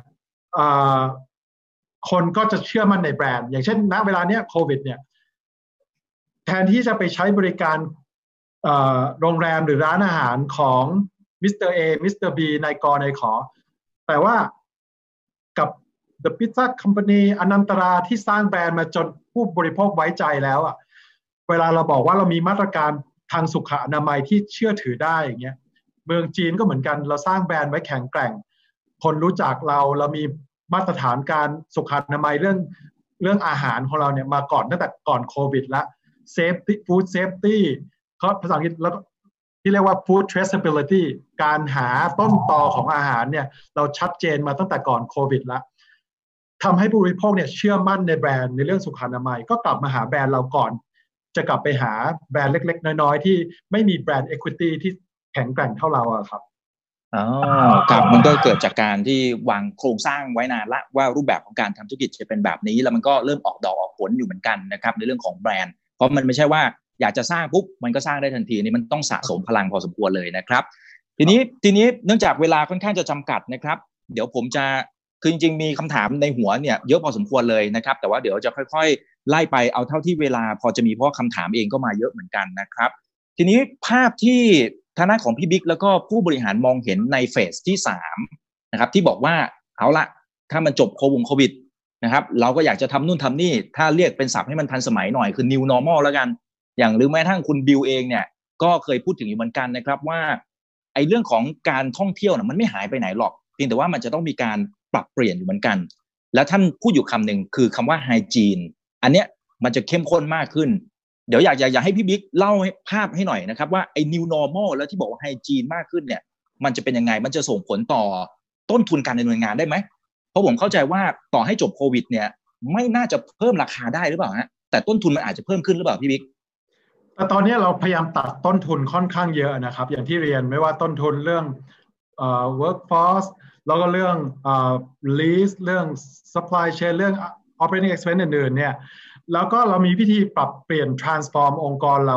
คนก็จะเชื่อมั่นในแบรนด์อย่างเช่นณเวลาเนี้ยโควิดเนี่ยแทนที่จะไปใช้บริการโรงแรมหรือร้านอาหารของมิสเตอร์เอมิสเตอร์บีนายกนายขอแต่ว่ากับ The Pizza Company อนันตราที่สร้างแบรนด์มาจนผู้บริโภคไว้ใจแล้วอ่ะเวลาเราบอกว่าเรามีมาตรการทางสุขอนามัยที่เชื่อถือได้อย่างเงี้ยเมืองจีนก็เหมือนกันเราสร้างแบรนด์ไว้แข็งแกร่งคนรู้จักเรามีมาตรฐานการสุขอนามัยเรื่องอาหารของเราเนี่ยมาก่อนตั้งแต่ก่อนโควิดละfood safety เขาภาษาอังกฤษแล้วที่เรียกว่า food traceability การหาต้นตอของอาหารเนี่ยเราชัดเจนมาตั้งแต่ก่อนโควิดแล้วทำให้ผู้บริโภคเนี่ยเชื่อมั่นในแบรนด์ในเรื่องสุขอนามัยก็กลับมาหาแบรนด์เราก่อนจะกลับไปหาแบรนด์เล็กๆน้อยๆที่ไม่มีแบรนด์ equity ที่แข็งแกร่งเท่าเราอะครับครับมันก็เกิดจากการที่วางโครงสร้างไว้นานละว่ารูปแบบของการทำธุรกิจจะเป็นแบบนี้แล้วมันก็เริ่มออกดอกออกผลอยู่เหมือนกันนะครับในเรื่องของแบรนด์เพราะมันไม่ใช่ว่าอยากจะสร้างปุ๊บมันก็สร้างได้ทันทีนี่มันต้องสะสมพลังพอสมควรเลยนะครับทีนี้เนื่องจากเวลาค่อนข้างจะจำกัดนะครับเดี๋ยวผมจะคือจริงๆมีคำถามในหัวเนี่ยเยอะพอสมควรเลยนะครับแต่ว่าเดี๋ยวจะค่อยๆไล่ไปเอาเท่าที่เวลาพอจะมีเพราะคำถามเองก็มาเยอะเหมือนกันนะครับทีนี้ภาพที่ทางด้านของพี่บิ๊กแล้วก็ผู้บริหารมองเห็นในเฟสที่3นะครับที่บอกว่าเอาละถ้ามันจบโควิดนะครับเราก็อยากจะทำนู่นทำนี่ถ้าเรียกเป็นศัพท์ให้มันทันสมัยหน่อยคือ new normal แล้วกันอย่างหรือแม้กระทั่งคุณบิลเองเนี่ยก็เคยพูดถึงอยู่เหมือนกันนะครับว่าไอ้เรื่องของการท่องเที่ยวน่ะมันไม่หายไปไหนหรอกเพียงแต่ว่ามันจะต้องมีการปรับเปลี่ยนอยู่เหมือนกันแล้วท่านพูดอยู่คำหนึ่งคือคำว่าไฮจีนอันเนี้ยมันจะเข้มข้นมากขึ้นเดี๋ยวอยากให้พี่บิ๊กเล่าภาพให้หน่อยนะครับว่าไอ้ new normal แล้วที่บอกว่าไฮจีนมากขึ้นเนี่ยมันจะเป็นยังไงมันจะส่งผลต่อต้นทุนการดำเนินงานได้ไหมเพราะผมเข้าใจว่าต่อให้จบโควิดเนี่ยไม่น่าจะเพิ่มราคาได้หรือเปล่าฮะแต่ต้นทุนมันอาจจะเพิ่มขึ้นหรือเปล่าพี่บิ๊กแต่ตอนนี้เราพยายามตัดต้นทุนค่อนข้างเยอะนะครับอย่างที่เรียนไม่ว่าต้นทุนเรื่องworkforce แล้วก็เรื่องlease เรื่อง supply chain เรื่อง operating expense อื่นๆเนี่ยแล้วก็เรามีวิธีปรับเปลี่ยน transform องค์กรเรา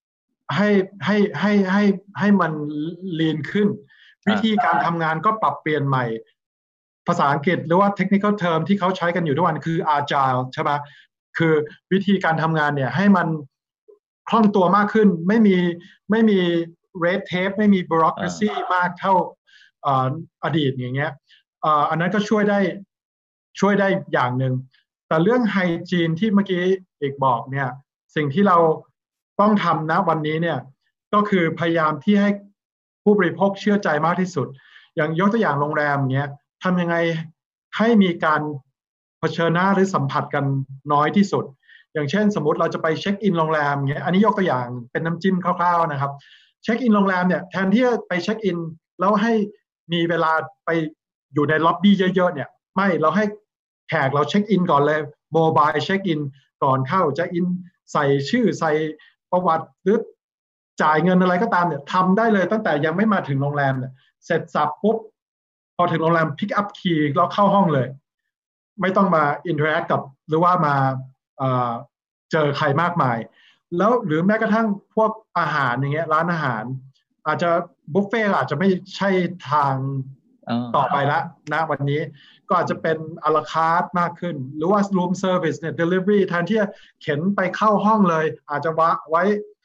ให้มัน lean ขึ้นวิธีการทำงานก็ปรับเปลี่ยนใหม่ภาษาอังกฤษหรือว่า technical term ที่เขาใช้กันอยู่ทุกวันคือ agile ใช่ไหมคือวิธีการทำงานเนี่ยให้มันคล่องตัวมากขึ้นไม่มี red tape ไม่มี bureaucracy มากเท่าอดีตอย่างเงี้ยอันนั้นก็ช่วยได้อย่างหนึ่งแต่เรื่องไฮจีนที่เมื่อกี้เอกบอกเนี่ยสิ่งที่เราต้องทำนะวันนี้เนี่ยก็คือพยายามที่ให้ผู้บริโภคเชื่อใจมากที่สุดอย่างยกตัวอย่างโรงแรมเงี้ยทำยังไงให้มีการเผชิญหน้าหรือสัมผัสกันน้อยที่สุดอย่างเช่นสมมติเราจะไปเช็คอินโรงแรมเงี้ยอันนี้ยกตัวอย่างเป็นน้ำจิ้มคร่าวๆนะครับเช็คอินโรงแรมเนี่ยแทนที่จะไปเช็คอินแล้วให้มีเวลาไปอยู่ในล็อบบี้เยอะๆเนี่ยไม่เราให้แขกเราเช็คอินก่อนเลยโมบายเช็คอินก่อนเข้าจะอินใส่ชื่อใส่ประวัติหรือจ่ายเงินอะไรก็ตามเนี่ยทำได้เลยตั้งแต่ยังไม่มาถึงโรงแรมเนี่ยเสร็จสับปุ๊บพอถึงโรงแรมพิกอัพคีย์แล้วเข้าห้องเลยไม่ต้องมาอินเทอร์แอคกับหรือว่ามาเจอใครมากมายแล้วหรือแม้กระทั่งพวกอาหารอย่างเงี้ยร้านอาหารอาจจะบุฟเฟ่อาจจะไม่ใช่ทางต่อไปละนะวันนี้ก็อาจจะเป็นอะลาคาร์ทมากขึ้นหรือว่า room service เนี่ย delivery แทนที่จะเข็นไปเข้าห้องเลยอาจจะไว้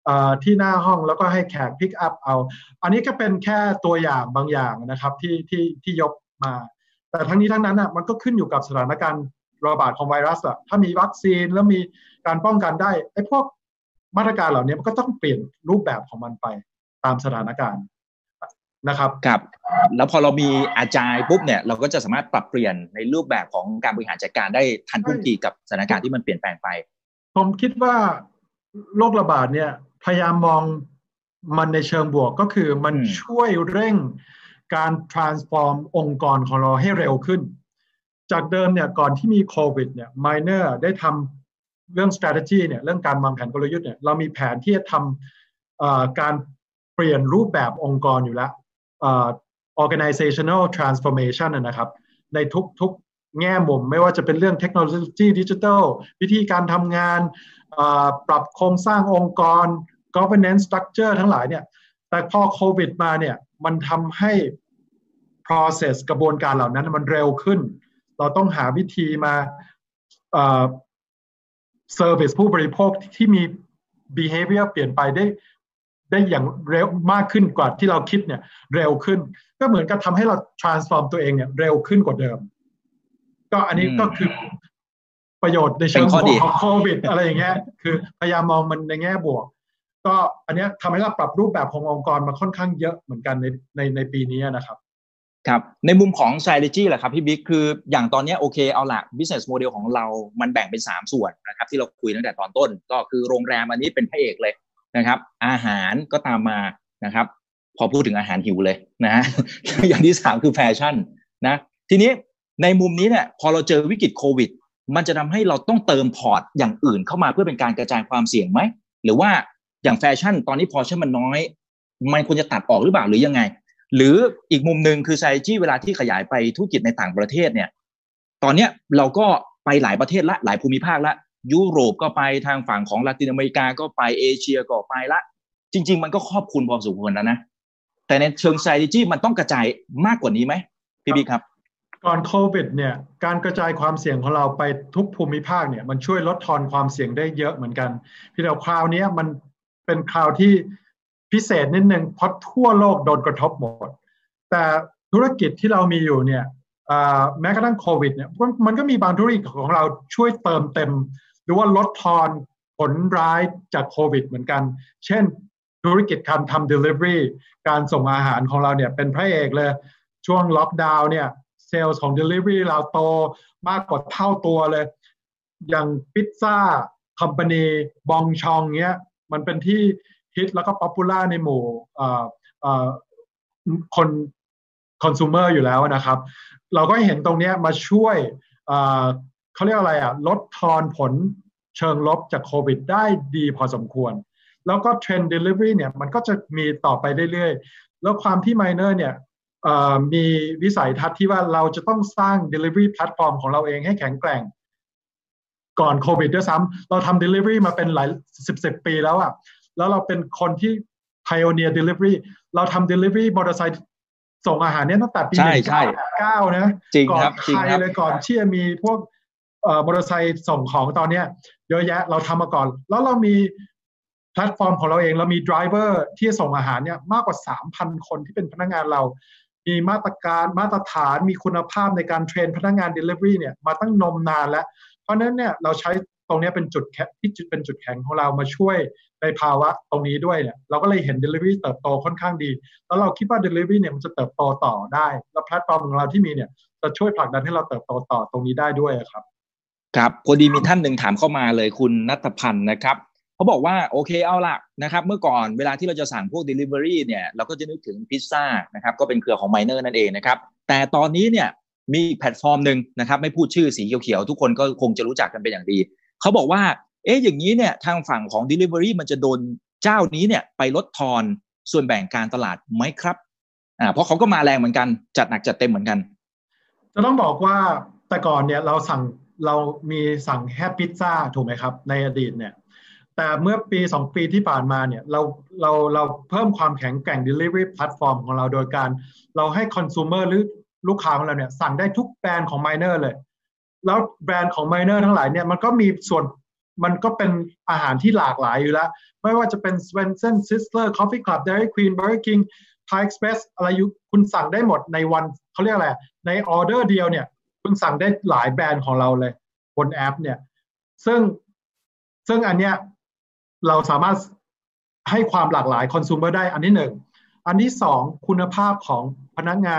ที่หน้าห้องแล้วก็ให้แขกพิกอัพเอาอันนี้ก็เป็นแค่ตัวอย่างบางอย่างนะครับที่ยกมาแต่ทั้งนี้ทั้งนั้นอ่ะมันก็ขึ้นอยู่กับสถานการณ์ระบาดของไวรัสอ่ะถ้ามีวัคซีนแล้วมีการป้องกันได้ไอ้พวกมาตรการเหล่านี้มันก็ต้องเปลี่ยนรูปแบบของมันไปตามสถานการณ์นะครับครับแล้วพอเรามีอาจารย์ปุ๊บเนี่ยเราก็จะสามารถปรับเปลี่ยนในรูปแบบของการบริหารจัดการได้ทันท่วงทีกับสถานการณ์ที่มันเปลี่ยนแปลงไปผมคิดว่าโรคระบาดเนี่ยพยายามมองมันในเชิงบวกก็คือมันช่วยเร่งการ transform องค์กรของเราให้เร็วขึ้นจากเดิมเนี่ยก่อนที่มีโควิดเนี่ย Miner ได้ทำเรื่อง strategy เนี่ยเรื่องการวางแผนกลยุทธ์เนี่ยเรามีแผนที่จะทำการเปลี่ยนรูปแบบองค์กรอยู่แล้วorganizational transformation นะครับในทุกแง่มุมไม่ว่าจะเป็นเรื่องเทคโนโลยีดิจิทัลวิธีการทำงานปรับโครงสร้างองค์กร governance structure ทั้งหลายเนี่ยแต่พอโควิดมาเนี่ยมันทำให้ process กระบวนการเหล่านั้นมันเร็วขึ้นเราต้องหาวิธีมาservice ผู้บริโภคที่มี behavior เปลี่ยนไปได้อย่างเร็วมากขึ้นกว่าที่เราคิดเนี่ยเร็วขึ้นก็เหมือนกับทำให้เรา transform ตัวเองเนี่ยเร็วขึ้นกว่าเดิมก็อันนี้ก็คือประโยชน์ในเชิงของโควิดอะไรอย่างเงี้ยคือพยายามมองมันในแง่บวกก็อันนี้ทำให้เราปรับรูปแบบขององค์กรมาค่อนข้างเยอะเหมือนกันในปีนี้นะครับครับในมุมของ strategy แหละครับพี่บิ๊กคืออย่างตอนนี้โอเคเอาละ business model ของเรามันแบ่งเป็น3ส่วนนะครับที่เราคุยตั้งแต่ตอนต้นก็คือโรงแรมอันนี้เป็นพระเอกเลยนะครับอาหารก็ตามมานะครับพอพูดถึงอาหารหิวเลยนะอย่างที่3คือแฟชั่นนะทีนี้ในมุมนี้เนี่ยพอเราเจอวิกฤตโควิดมันจะทำให้เราต้องเติมพอร์ตอย่างอื่นเข้ามาเพื่อเป็นการกระจายความเสี่ยงไหมหรือว่าอย่างแฟชั่นตอนนี้พอชั่นมันน้อยมันควรจะตัดออกหรือเปล่าหรือยังไงหรืออีกมุมหนึ่งคือ strategy เวลาที่ขยายไปธุรกิจในต่างประเทศเนี่ยตอนนี้เราก็ไปหลายประเทศละหลายภูมิภาคละยุโรปก็ไปทางฝั่งของลาตินอเมริกาก็ไปเอเชียก็ไปละจริงๆมันก็ครอบคลุมพอสมควรแล้วนะแต่ในเชิง strategy มันต้องกระจายมากกว่านี้ไหมพี่บิ๊กครับก่อนโควิดเนี่ยการกระจายความเสี่ยงของเราไปทุกภูมิภาคเนี่ยมันช่วยลดทอนความเสี่ยงได้เยอะเหมือนกันพี่เราคราวนี้มันเป็นคราวที่พิเศษนิดนึงเพราะทั่วโลกโดนกระทบหมดแต่ธุรกิจที่เรามีอยู่เนี่ยแม้กระทั่งโควิดเนี่ยมันก็มีบางธุรกิจของเราช่วยเติมเต็มหรือว่าลดทอนผลร้ายจากโควิดเหมือนกันเช่นธุรกิจการทำ delivery การส่งอาหารของเราเนี่ยเป็นพระเอกเลยช่วงล็อกดาวน์เนี่ยเซลล์ของ delivery เราโตมากกว่าเท่าตัวเลยอย่างพิซซ่าคอมพานีบองชองเงี้ยมันเป็นที่ฮิตแล้วก็ป๊อปปูล่าในหมู่คนคอน sumer อยู่แล้วนะครับเราก็เห็นตรงนี้มาช่วยเขาเรียกอะไรลดทอนผลเชิงลบจากโควิดได้ดีพอสมควรแล้วก็เทรนด์ delivery เนี่ยมันก็จะมีต่อไปเรื่อยๆแล้วความที่ Miner เนี่ยมีวิสัยทัศน์ที่ว่าเราจะต้องสร้าง delivery platform ของเราเองให้แข็งแกร่งก่อนโควิดด้วยซ้ำเราทำ delivery มาเป็นหลาย10 ปีแล้วแล้วเราเป็นคนที่ pioneer delivery เราทำ delivery มอเตอร์ไซค์ส่งอาหารเนี่ยตั้งแต่ปี1989นะก่อนใครเลยก่อนที่จะมีพวกมอเตอร์ไซค์ส่งของตอนนี้เยอะแยะเราทำมาก่อนแล้วเรามีแพลตฟอร์มของเราเองเรามีไดรเวอร์ที่ส่งอาหารเนี่ยมากกว่า 3,000 คนที่เป็นพนักงานเรามีมาตรฐานมีคุณภาพในการเทรนพนักงาน delivery เนี่ยมาตั้งนมนานแล้วเพราะนั้นเนี่ยเราใช้ตรงนี้เป็นจุดแข็งที่เป็นจุดแข็งของเรามาช่วยในภาวะตรงนี้ด้วยเนี่ยเราก็เลยเห็น delivery เติบโตค่อนข้างดีแล้วเราคิดว่า delivery เนี่ยมันจะเติบโตต่อได้แล้วแพลตฟอร์มของเราที่มีเนี่ยจะช่วยผลักดันให้เราเติบโตต่อตรงนี้ได้ด้วยครับครับพอดีมีท่านหนึ่งถามเข้ามาเลยคุณณัฐพันธ์นะครับเขาบอกว่าโอเคเอาล่ะนะครับเมื่อก่อนเวลาที่เราจะสั่งพวก delivery เนี่ยเราก็จะนึกถึงพิซซ่านะครับก็เป็นเครือของ Miner นั่นเองนะครับแต่ตอนนี้เนี่ยมีแพลตฟอร์มหนึ่งนะครับไม่พูดชื่อสีเขียวๆทุกคนก็คงจะรู้จักกันเป็นอย่างดีเขาบอกว่าอย่างนี้เนี่ยทางฝั่งของ delivery มันจะโดนเจ้านี้เนี่ยไปลดทอนส่วนแบ่งการตลาดไหมครับเพราะเขาก็มาแรงเหมือนกันจัดหนักจัดเต็มเหมือนกันจะต้องบอกว่าแต่ก่อนเนี่ยเรามีสั่งแค่พิซซ่าถูกไหมครับในอดีตเนี่ยแต่เมื่อปี2 ปีที่ผ่านมาเนี่ยเราเพิ่มความแข็งแกร่ง delivery platform ของเราโดยการเราให้ consumer หรือลูกค้าของเราเนี่ยสั่งได้ทุกแบรนด์ของ Miner เลยแล้วแบรนด์ของ Miner ทั้งหลายเนี่ยมันก็มีส่วนมันก็เป็นอาหารที่หลากหลายอยู่แล้วไม่ว่าจะเป็น Swenson Sizzler Coffee Club Dairy Queen Burger King Thai Express อะไรอยู่คุณสั่งได้หมดในวันเขาเรียกอะไรในออเดอร์เดียวเนี่ยคุณสั่งได้หลายแบรนด์ของเราเลยบนแอปเนี่ยซึ่งอันเนี้ยเราสามารถให้ความหลากหลายคอน sumer ได้อันที่หนึ่งอันที่สองคุณภาพของพนักงาน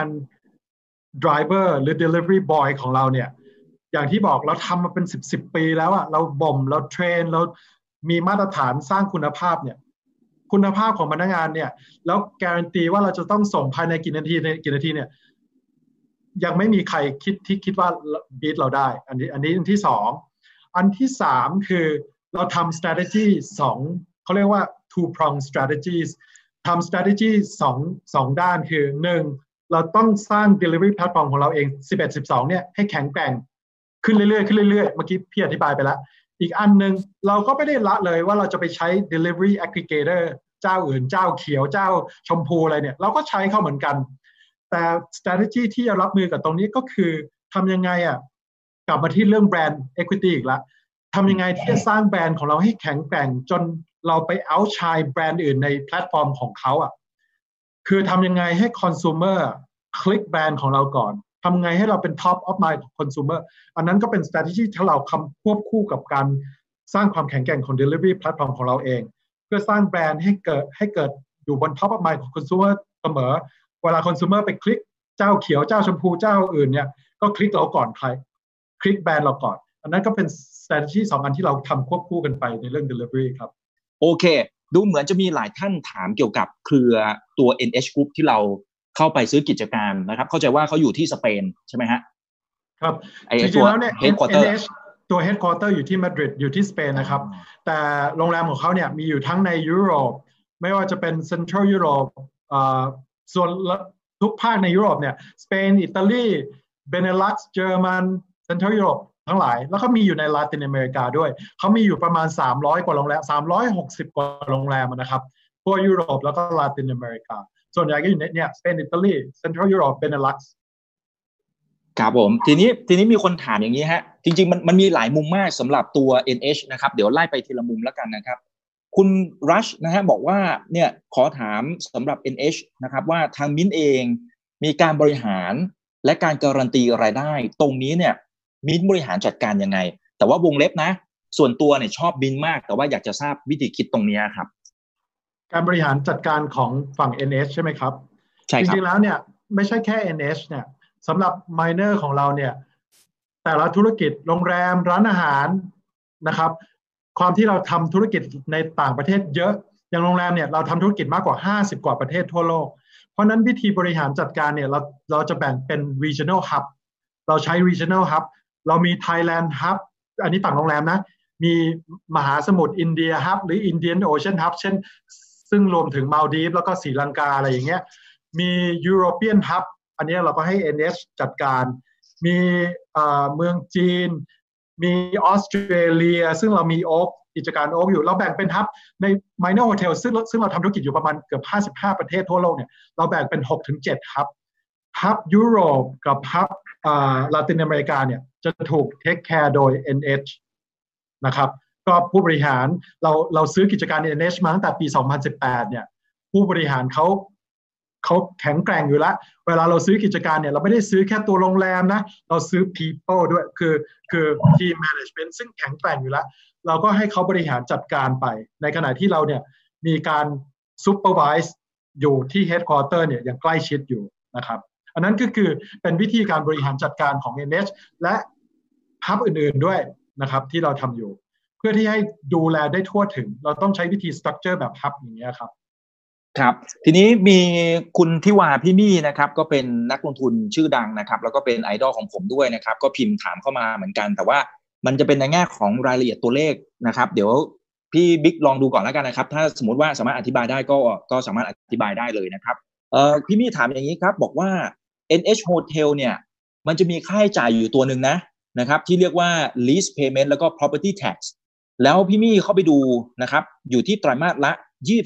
driver หรือ delivery boy ของเราเนี่ยอย่างที่บอกเราทำมาเป็น10 ปีแล้วอะเราบ่มเราเทรนเรามีมาตรฐานสร้างคุณภาพเนี่ยคุณภาพของพนักงานเนี่ยแล้วการันตีว่าเราจะต้องส่งภายในกี่นาทีเนี่ยยังไม่มีใครคิดว่าบีทเราได้อันนี้อันที่สองอันที่สามคือเราทำ strategy เขาเรียกว่า two prong strategies ทำ strategy สองด้านคือหนึ่งเราต้องสร้าง delivery platform ของเราเอง11-12เนี่ยให้แข็งแกร่งขึ้นเรื่อยๆเมื่อกี้พี่อธิบายไปแล้วอีกอันนึงเราก็ไม่ได้ละเลยว่าเราจะไปใช้ delivery aggregator เจ้าอื่นเจ้าเขียวเจ้าชมพูอะไรเนี่ยเราก็ใช้เข้าเหมือนกันแต่ strategy ที่จะรับมือกับตรงนี้ก็คือทำยังไงอ่ะกลับมาที่เรื่อง brand equity อีกแล้วทำยังไงที่จะสร้างแบรนด์ของเราให้แข็งแกร่งจนเราไป outshine แบรนด์อื่นในแพลตฟอร์มของเขาอ่ะคือทำยังไงให้ consumer คลิกแบรนด์ของเราก่อนทำไงให้เราเป็น top of mind consumer อันนั้นก็เป็น strategy ที่เราควบคู่กับการสร้างความแข็งแกร่งของ delivery platform ของเราเองเพื่อสร้างแบรนด์ให้เกิดอยู่บน top of mind ของ consumer เสมอเวลา consumer ไปคลิกเจ้าเขียวเจ้าชมพูเจ้าอื่นเนี่ยก็คลิกเราก่อนใครคลิกแบรนด์เราก่อนอันนั้นก็เป็น strategy 2 อันที่เราทำควบคู่กันไปในเรื่อง delivery ครับโอเคดูเหมือนจะมีหลายท่านถามเกี่ยวกับเครือตัว NH Group ที่เราเข้าไปซื้อกิจการนะครับเข้าใจว่าเขาอยู่ที่สเปนใช่ไหมฮะครับจริงๆแล้วเนี่ย NH ตัว headquarter อยู่ที่มาดริดอยู่ที่สเปนนะครับแต่โรงแรมของเขาเนี่ยมีอยู่ทั้งในยุโรปไม่ว่าจะเป็น Central Europe ส่วนทุกภาคในยุโรปเนี่ยสเปนอิตาลีเบเนลักซ์เยอรมัน Central Europe ทั้งหลายแล้วก็มีอยู่ในลาตินอเมริกาด้วยเขามีอยู่ประมาณ300 กว่าโรงแรม360 กว่าโรงแรมนะครับทั่วยุโรปแล้วก็ลาตินอเมริกาส่วนใหญ่ก็อยู่ในเนี่ยสเปนอิตาลีเซ็นทรัลยุโรปเบเนลักซ์ครับผมทีนี้มีคนถามอย่างนี้ฮะจริงๆมันมีหลายมุมมากสำหรับตัว NH นะครับเดี๋ยวไล่ไปทีละมุมแล้วกันนะครับคุณรัชนะฮะบอกว่าเนี่ยขอถามสำหรับ NH นะครับว่าทางมิ้นเองมีการบริหารและการการันตีรายได้ตรงนี้เนี่ยมิ้นบริหารจัดการยังไงแต่ว่าวงเล็บนะส่วนตัวเนี่ยชอบมิ้นมากแต่ว่าอยากจะทราบวิธีคิดตรงนี้ครับการบริหารจัดการของฝั่ง NH ใช่ไหมครับใช่ครับจริงๆแล้วเนี่ยไม่ใช่แค่ NH เนี่ยสำหรับ Miner ของเราเนี่ยแต่ละธุรกิจโรงแรมร้านอาหารนะครับความที่เราทำธุรกิจในต่างประเทศเยอะอย่างโรงแรมเนี่ยเราทำธุรกิจมากกว่า50 กว่าประเทศทั่วโลกเพราะนั้นวิธีบริหารจัดการเนี่ยเราจะแบ่งเป็น regional hub เราใช้ regional hub เรามี Thailand hub อันนี้ต่างโรงแรมนะมีมหาสมุทรอินเดีย hub หรือ Indian Ocean hub เช่นซึ่งรวมถึงมาลดีฟแล้วก็ศรีลังกาอะไรอย่างเงี้ยมี European hub อันนี้เราก็ให้ NH จัดการมีเมืองจีนมีออสเตรเลียซึ่งเรามีกิจการโอ๊คอยู่เราแบ่งเป็นฮับใน Minor Hotel ซึ่งเราทำธุรกิจอยู่ประมาณเกือบ55 ประเทศทั่วโลกเนี่ยเราแบ่งเป็น 6-7 ฮับยุโรปกับฮับลาตินอเมริกาเนี่ยจะถูกเทคแคร์โดย NH นะครับก็ผู้บริหารเราซื้อกิจการ NH มาตั้งแต่ปี 2018 เนี่ยผู้บริหารเขาแข็งแกร่งอยู่แล้วเวลาเราซื้อกิจการเนี่ยเราไม่ได้ซื้อแค่ตัวโรงแรมนะเราซื้อ people ด้วยคือ team management ซึ่งแข็งแกร่งอยู่แล้วเราก็ให้เขาบริหารจัดการไปในขณะที่เราเนี่ยมีการ supervise อยู่ที่ headquarter เนี่ยอย่างใกล้ชิดอยู่นะครับอันนั้นก็คือเป็นวิธีการบริหารจัดการของ NH และฮับอื่นๆด้วยนะครับที่เราทำอยู่เพื่อที่ให้ดูแลได้ทั่วถึงเราต้องใช้วิธี structure แบบฮับอย่างเงี้ยครับครับทีนี้มีคุณทิวาพี่มี่นะครับก็เป็นนักลงทุนชื่อดังนะครับแล้วก็เป็นไอดอลของผมด้วยนะครับก็พิมพ์ถามเข้ามาเหมือนกันแต่ว่ามันจะเป็นในแง่ของรายละเอียดตัวเลขนะครับเดี๋ยวพี่บิ๊กลองดูก่อนแล้วกันนะครับถ้าสมมติว่าสามารถอธิบายได้ก็สามารถอธิบายได้เลยนะครับพี่มี่ถามอย่างนี้ครับบอกว่า NH Hotel เนี่ยมันจะมีค่าใช้จ่ายอยู่ตัวนึงนะครับที่เรียกว่า lease payment แล้วก็ property tax แล้วพี่มี่เข้าไปดูนะครับอยู่ที่ไตรมาสละ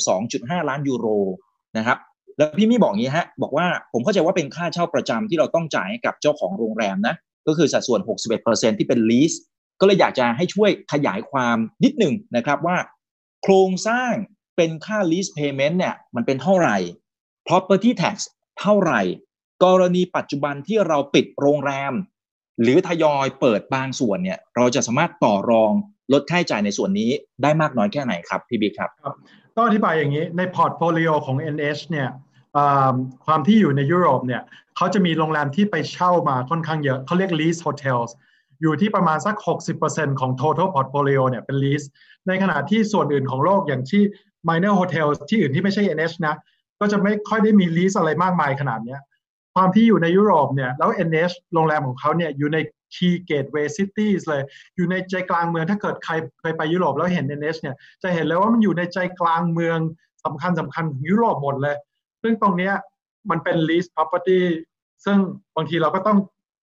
22.5 ล้านยูโรนะครับแล้วพี่มี่บอกงี้ฮะบอกว่าผมเข้าใจว่าเป็นค่าเช่าประจำที่เราต้องจ่ายให้กับเจ้าของโรงแรมนะก็คือสัดส่วน 61% ที่เป็น lease ก็เลยอยากจะให้ช่วยขยายความนิดหนึ่งนะครับว่าโครงสร้างเป็นค่า lease payment เนี่ยมันเป็นเท่าไหร่ property tax เท่าไหร่กรณีปัจจุบันที่เราปิดโรงแรมหรือทยอยเปิดบางส่วนเนี่ยเราจะสามารถต่อรองลดค่าใช้จ่ายในส่วนนี้ได้มากน้อยแค่ไหนครับพี่บิ๊กครับต้องอธิบายอย่างนี้ในพอร์ตโฟลิโอของ NH เนี่ยความที่อยู่ในยุโรปเนี่ยเขาจะมีโรงแรมที่ไปเช่ามาค่อนข้างเยอะเขาเรียก lease hotels อยู่ที่ประมาณสัก 60% ของ total portfolio เนี่ยเป็น lease ในขณะที่ส่วนอื่นของโลกอย่างที่ minor hotels ที่อื่นที่ไม่ใช่ NH นะก็จะไม่ค่อยได้มี lease อะไรมากมายขนาดนี้ความที่อยู่ในยุโรปเนี่ยแล้ว NH โรงแรมของเขาเนี่ยอยู่ใน key gateway cities เลยอยู่ในใจกลางเมืองถ้าเกิดใครเคยไปยุโรปแล้วเห็น NH เนี่ยจะเห็นเลยว่ามันอยู่ในใจกลางเมืองสำคัญของยุโรปหมดเลยซึ่งตรงนี้มันเป็น lease property ซึ่งบางทีเราก็ต้อง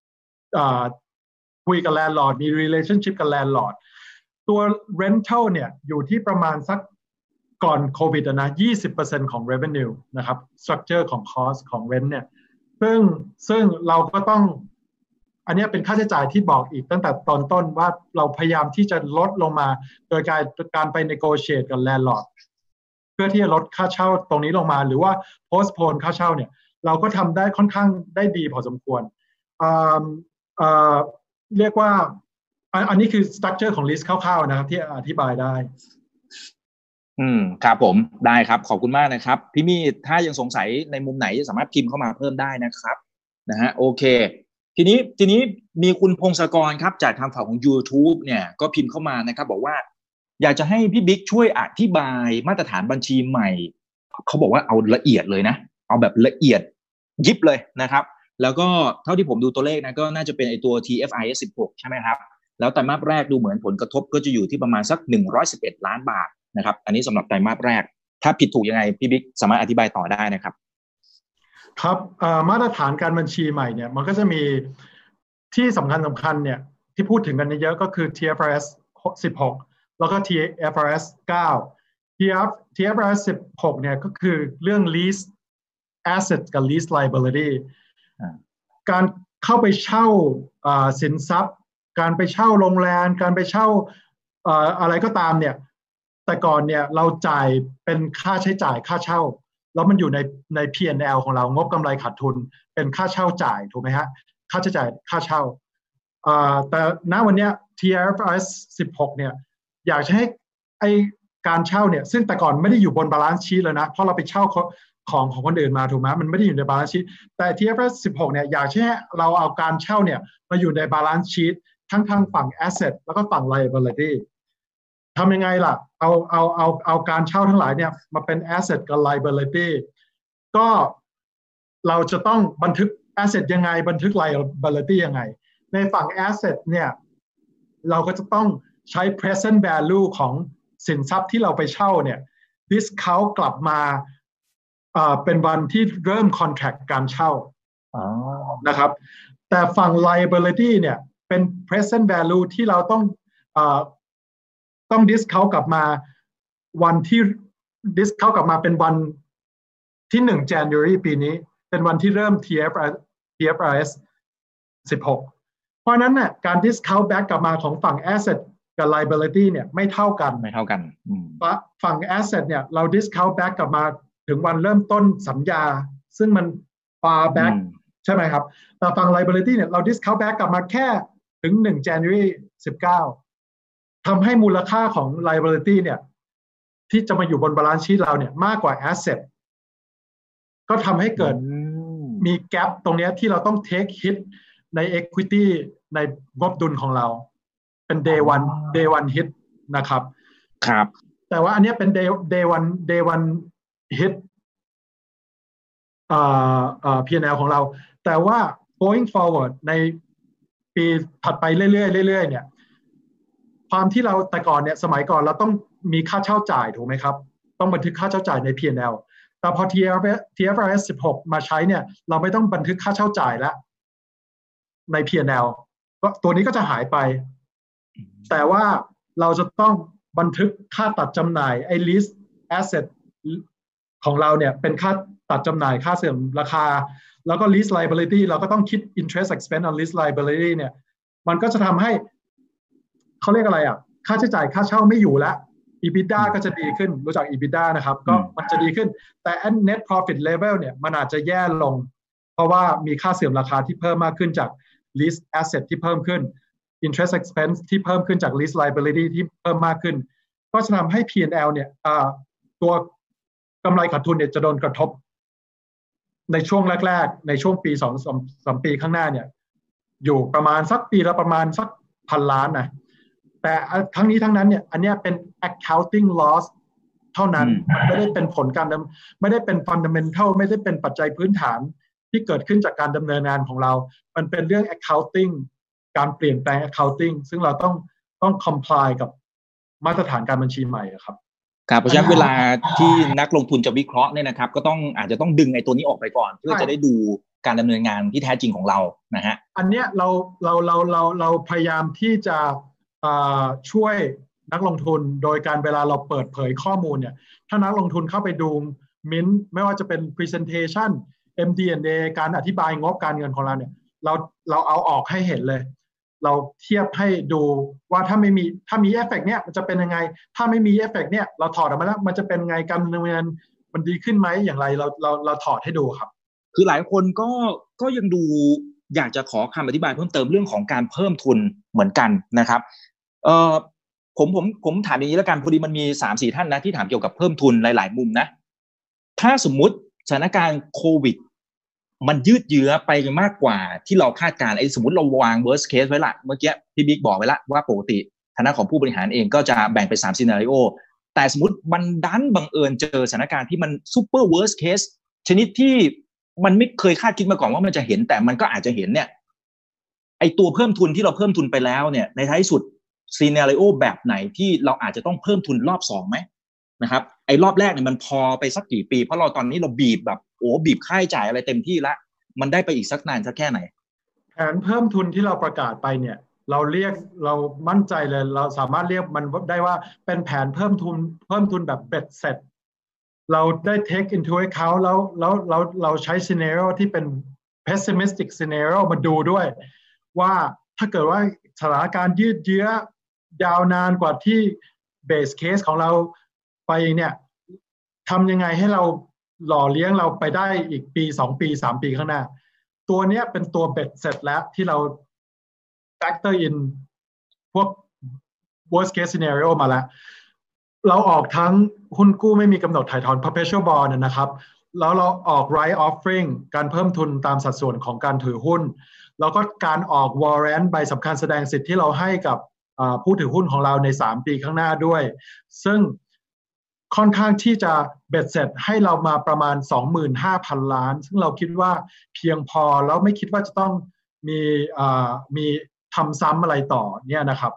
คุยกับ landlord มี relationship กับ landlord ตัว rental เนี่ยอยู่ที่ประมาณสักก่อนโควิดนะ 20% ของ revenue นะครับ structure ของ cost ของ rent เนี่ยซึ่งเราก็ต้องอันนี้เป็นค่าใช้จ่ายที่บอกอีกตั้งแต่ตอนต้นว่าเราพยายามที่จะลดลงมาโดยการไป negotiate กับ landlord เพื่อที่จะลดค่าเช่าตรงนี้ลงมาหรือว่า postpone ค่าเช่าเนี่ยเราก็ทำได้ค่อนข้างได้ดีพอสมควรเรียกว่าอันนี้คือ structure ของ list คร่าวๆนะครับที่อธิบายได้ครับผมได้ครับขอบคุณมากนะครับพี่มี่ถ้ายังสงสัยในมุมไหนสามารถพิมพ์เข้ามาเพิ่มได้นะครับนะฮะโอเคทีนี้มีคุณพงศกรครับจากทางฝั่งของ YouTube เนี่ยก็พิมพ์เข้ามานะครับบอกว่าอยากจะให้พี่บิ๊กช่วยอธิบายมาตรฐานบัญชีใหม่เขาบอกว่าเอาละเอียดเลยนะเอาแบบละเอียดยิบเลยนะครับแล้วก็เท่าที่ผมดูตัวเลขนะก็น่าจะเป็นไอตัว TFIS 16ใช่ไหมครับแล้วไตรมาสแรกดูเหมือนผลกระทบก็จะอยู่ที่ประมาณสัก111ล้านบาทนะครับอันนี้สำหรับไตรมาสแรกถ้าผิดถูกยังไงพี่บิ๊กสามารถอธิบายต่อได้นะครับครับมาตรฐานการบัญชีใหม่เนี่ยมันก็จะมีที่สำคัญเนี่ยที่พูดถึงกันเยอะก็คือ TFRS 16แล้วก็ TFRS 9 TFRS 16เนี่ยก็คือเรื่อง lease asset กับ lease liability การเข้าไปเช่าสินทรัพย์การไปเช่าโรงแรมการไปเช่าอะไรก็ตามเนี่ยแต่ก่อนเนี่ยเราจ่ายเป็นค่าใช้จ่ายค่าเช่าแล้วมันอยู่ใน P&L ของเรางบกำไรขาดทุนเป็นค่าเช่าจ่ายถูกไหมฮะค่าใช้จ่ายค่าเช่าแต่ณวันนี้ TFRS 16เนี่ยอยากจะให้ไอการเช่าเนี่ยซึ่งแต่ก่อนไม่ได้อยู่บนบาลานซ์ชีทเลยนะเพราะเราไปเช่าของคนอื่นมาถูกไหมมันไม่ได้อยู่ในบาลานซ์ชีทแต่ TFRS 16เนี่ยอยากให้เราเอาการเช่าเนี่ยมาอยู่ในบาลานซ์ชีททั้งทางฝั่ง asset แล้วก็ฝั่ง liability ทำยังไงล่ะเอาการเช่าทั้งหลายเนี่ยมาเป็น asset กับ liability ก็เราจะต้องบันทึก asset ยังไงบันทึก liability ยังไงในฝั่ง asset เนี่ยเราก็จะต้องใช้ present value ของสินทรัพย์ที่เราไปเช่าเนี่ย discount กลับมาเป็นวันที่เริ่ม contract การเช่านะครับแต่ฝั่ง liability เนี่ยเป็น present value ที่เราต้องdiscount กลับมาวันที่ discount กลับมาเป็นวันที่1 January ปีนี้เป็นวันที่เริ่ม TFRS 16เพราะนั้นน่ะการ discount back กลับมาของฝั่ง asset กับ liability เนี่ยไม่เท่ากันฝั่ง asset เนี่ยเรา discount back กลับมาถึงวันเริ่มต้นสัญญาซึ่งมัน far back ใช่ไหมครับแต่ฝั่ง liability เนี่ยเรา discount back กลับมาแค่ถึง1 January 19ทำให้มูลค่าของ liability เนี่ยที่จะมาอยู่บน balance sheet เราเนี่ยมากกว่า asset ก็ทำให้เกิดมี gap ตรงนี้ที่เราต้อง take hit ใน equity ในงบดุลของเราเป็น day one hit นะครับครับแต่ว่าอันนี้เป็น day one hit P&L ของเราแต่ว่า going forward ในปีถัดไปเรื่อยๆเนี่ยความที่เราแต่ก่อนเนี่ยสมัยก่อนเราต้องมีค่าเช่าจ่ายถูกไหมครับต้องบันทึกค่าเช่าจ่ายใน P&L แต่พอ TFRS 16มาใช้เนี่ยเราไม่ต้องบันทึกค่าเช่าจ่ายแล้วใน P&L ก็ตัวนี้ก็จะหายไปแต่ว่าเราจะต้องบันทึกค่าตัดจำหน่ายไอ้ lease asset ของเราเนี่ยเป็นค่าตัดจำหน่ายค่าเสื่อมราคาแล้วก็ lease liability เราก็ต้องคิด interest expense on lease liability เนี่ยมันก็จะทำให้เขาเรียกอะไรค่าใช้จ่ายค่าเช่าไม่อยู่แล้ว EBITDA ก็จะดีขึ้นรู้จัก EBITDA นะครับก็มันจะดีขึ้นแต่ net profit level เนี่ยมันอาจจะแย่ลงเพราะว่ามีค่าเสื่อมราคาที่เพิ่มมากขึ้นจาก lease asset ที่เพิ่มขึ้น interest expense ที่เพิ่มขึ้นจาก lease liability ที่เพิ่มมากขึ้นก็จะทำให้ P&L เนี่ยตัวกำไรขาดทุนเนี่ยจะโดนกระทบในช่วงแรกๆในช่วงปี2-3 ปีข้างหน้าเนี่ยอยู่ประมาณสักปีละประมาณสัก1,000 ล้านนะแต่ทั้งนี้ทั้งนั้นเนี่ยอันนี้เป็น accounting loss เท่านั้นไม่ได้เป็นผลการไม่ได้เป็น fundamental ไม่ได้เป็นปัจจัยพื้นฐานที่เกิดขึ้นจากการดำเนินงานของเรามันเป็นเรื่อง accounting การเปลี่ยนแปลง accounting ซึ่งเราต้อง comply กับมาตรฐานการบัญชีใหม่ครับครับเพราะฉะนั้นเวลาที่นักลงทุนจะวิเคราะห์เนี่ยนะครับก็ต้องอาจจะต้องดึงไอ้ตัวนี้ออกไปก่อนเพื่อจะได้ดูการดำเนินงานที่แท้จริงของเรานะฮะอันเนี้ยเราพยายามที่จะช่วยนักลงทุนโดยการเวลาเราเปิดเผยข้อมูลเนี่ยถ้านักลงทุนเข้าไปดูมิ้นไม่ว่าจะเป็น presentation MD&A การอธิบายงบการเงินของเราเนี่ยเราเอาออกให้เห็นเลยเราเทียบให้ดูว่าถ้ามีเอฟเฟกต์เนี่ยมันจะเป็นยังไงถ้าไม่มีเอฟเฟกต์เนี่ยเราถอดออกมาแล้วมันจะเป็นไงการดำเนินงานมันดีขึ้นไหมอย่างไรเราถอดให้ดูครับคือหลายคนก็ยังดูอยากจะขอคำอธิบายเพิ่มเติมเรื่องของการเพิ่มทุนเหมือนกันนะครับผมถามอย่างนี้แล้วกันพอดีมันมี 3-4 ท่านนะที่ถามเกี่ยวกับเพิ่มทุนหลายๆมุมนะถ้าสมมุติสถานการณ์โควิดมันยืดเยื้อไปมากกว่าที่เราคาดการณ์สมมติเราวาง worst case ไว้ละเมื่อกี้พี่บิ๊กบอกไว้ละว่าปกติฐานะของผู้บริหารเองก็จะแบ่งเป็น3 scenario แต่สมมติมันดันบังเอิญเจอสถานการณ์ที่มัน super worst case ชนิดที่มันไม่เคยคาดคิดมาก่อนว่ามันจะเห็นแต่มันก็อาจจะเห็นเนี่ยไอตัวเพิ่มทุนที่เราเพิ่มทุนไปแล้วเนี่ยในท้ายสุดซีนาริโอแบบไหนที่เราอาจจะต้องเพิ่มทุนรอบ2ไหมนะครับไอ้รอบแรกเนี่ยมันพอไปสักกี่ปีเพราะเราตอนนี้เราบีบแบบบีบค่าใช้จ่ายอะไรเต็มที่ละมันได้ไปอีกสักนานสักแค่ไหนแผนเพิ่มทุนที่เราประกาศไปเนี่ยเรามั่นใจเลยเราสามารถเรียกมันได้ว่าเป็นแผนเพิ่มทุนแบบเบ็ดเสร็จเราได้ take into account แล้วเราใช้ scenario ที่เป็น pessimistic scenario มาดูด้วยว่าถ้าเกิดว่าสถานการณ์ยืดเยื้อยาวนานกว่าที่ base case ของเราไปเนี่ยทำยังไงให้เราหล่อเลี้ยงเราไปได้อีกปี2 ปี3 ปีข้างหน้าตัวนี้เป็นตัวเบ็ดเสร็จแล้วที่เรา factor in พวก worst case scenario มาแล้วเราออกทั้งหุ้นกู้ไม่มีกำหนดถ่ายถอน perpetual bond นะครับแล้วเราออก right offering การเพิ่มทุนตามสัดส่วนของการถือหุ้นแล้วก็การออก warrant ใบสำคัญแสดงสิทธิ์ที่เราให้กับผู้ถือหุ้นของเราใน3 ปีข้างหน้าด้วยซึ่งค่อนข้างที่จะเบ็ดเสร็จให้เรามาประมาณ 25,000 ล้านซึ่งเราคิดว่าเพียงพอแล้วไม่คิดว่าจะต้องมีทำซ้ำอะไรต่อเนี่ยนะครับ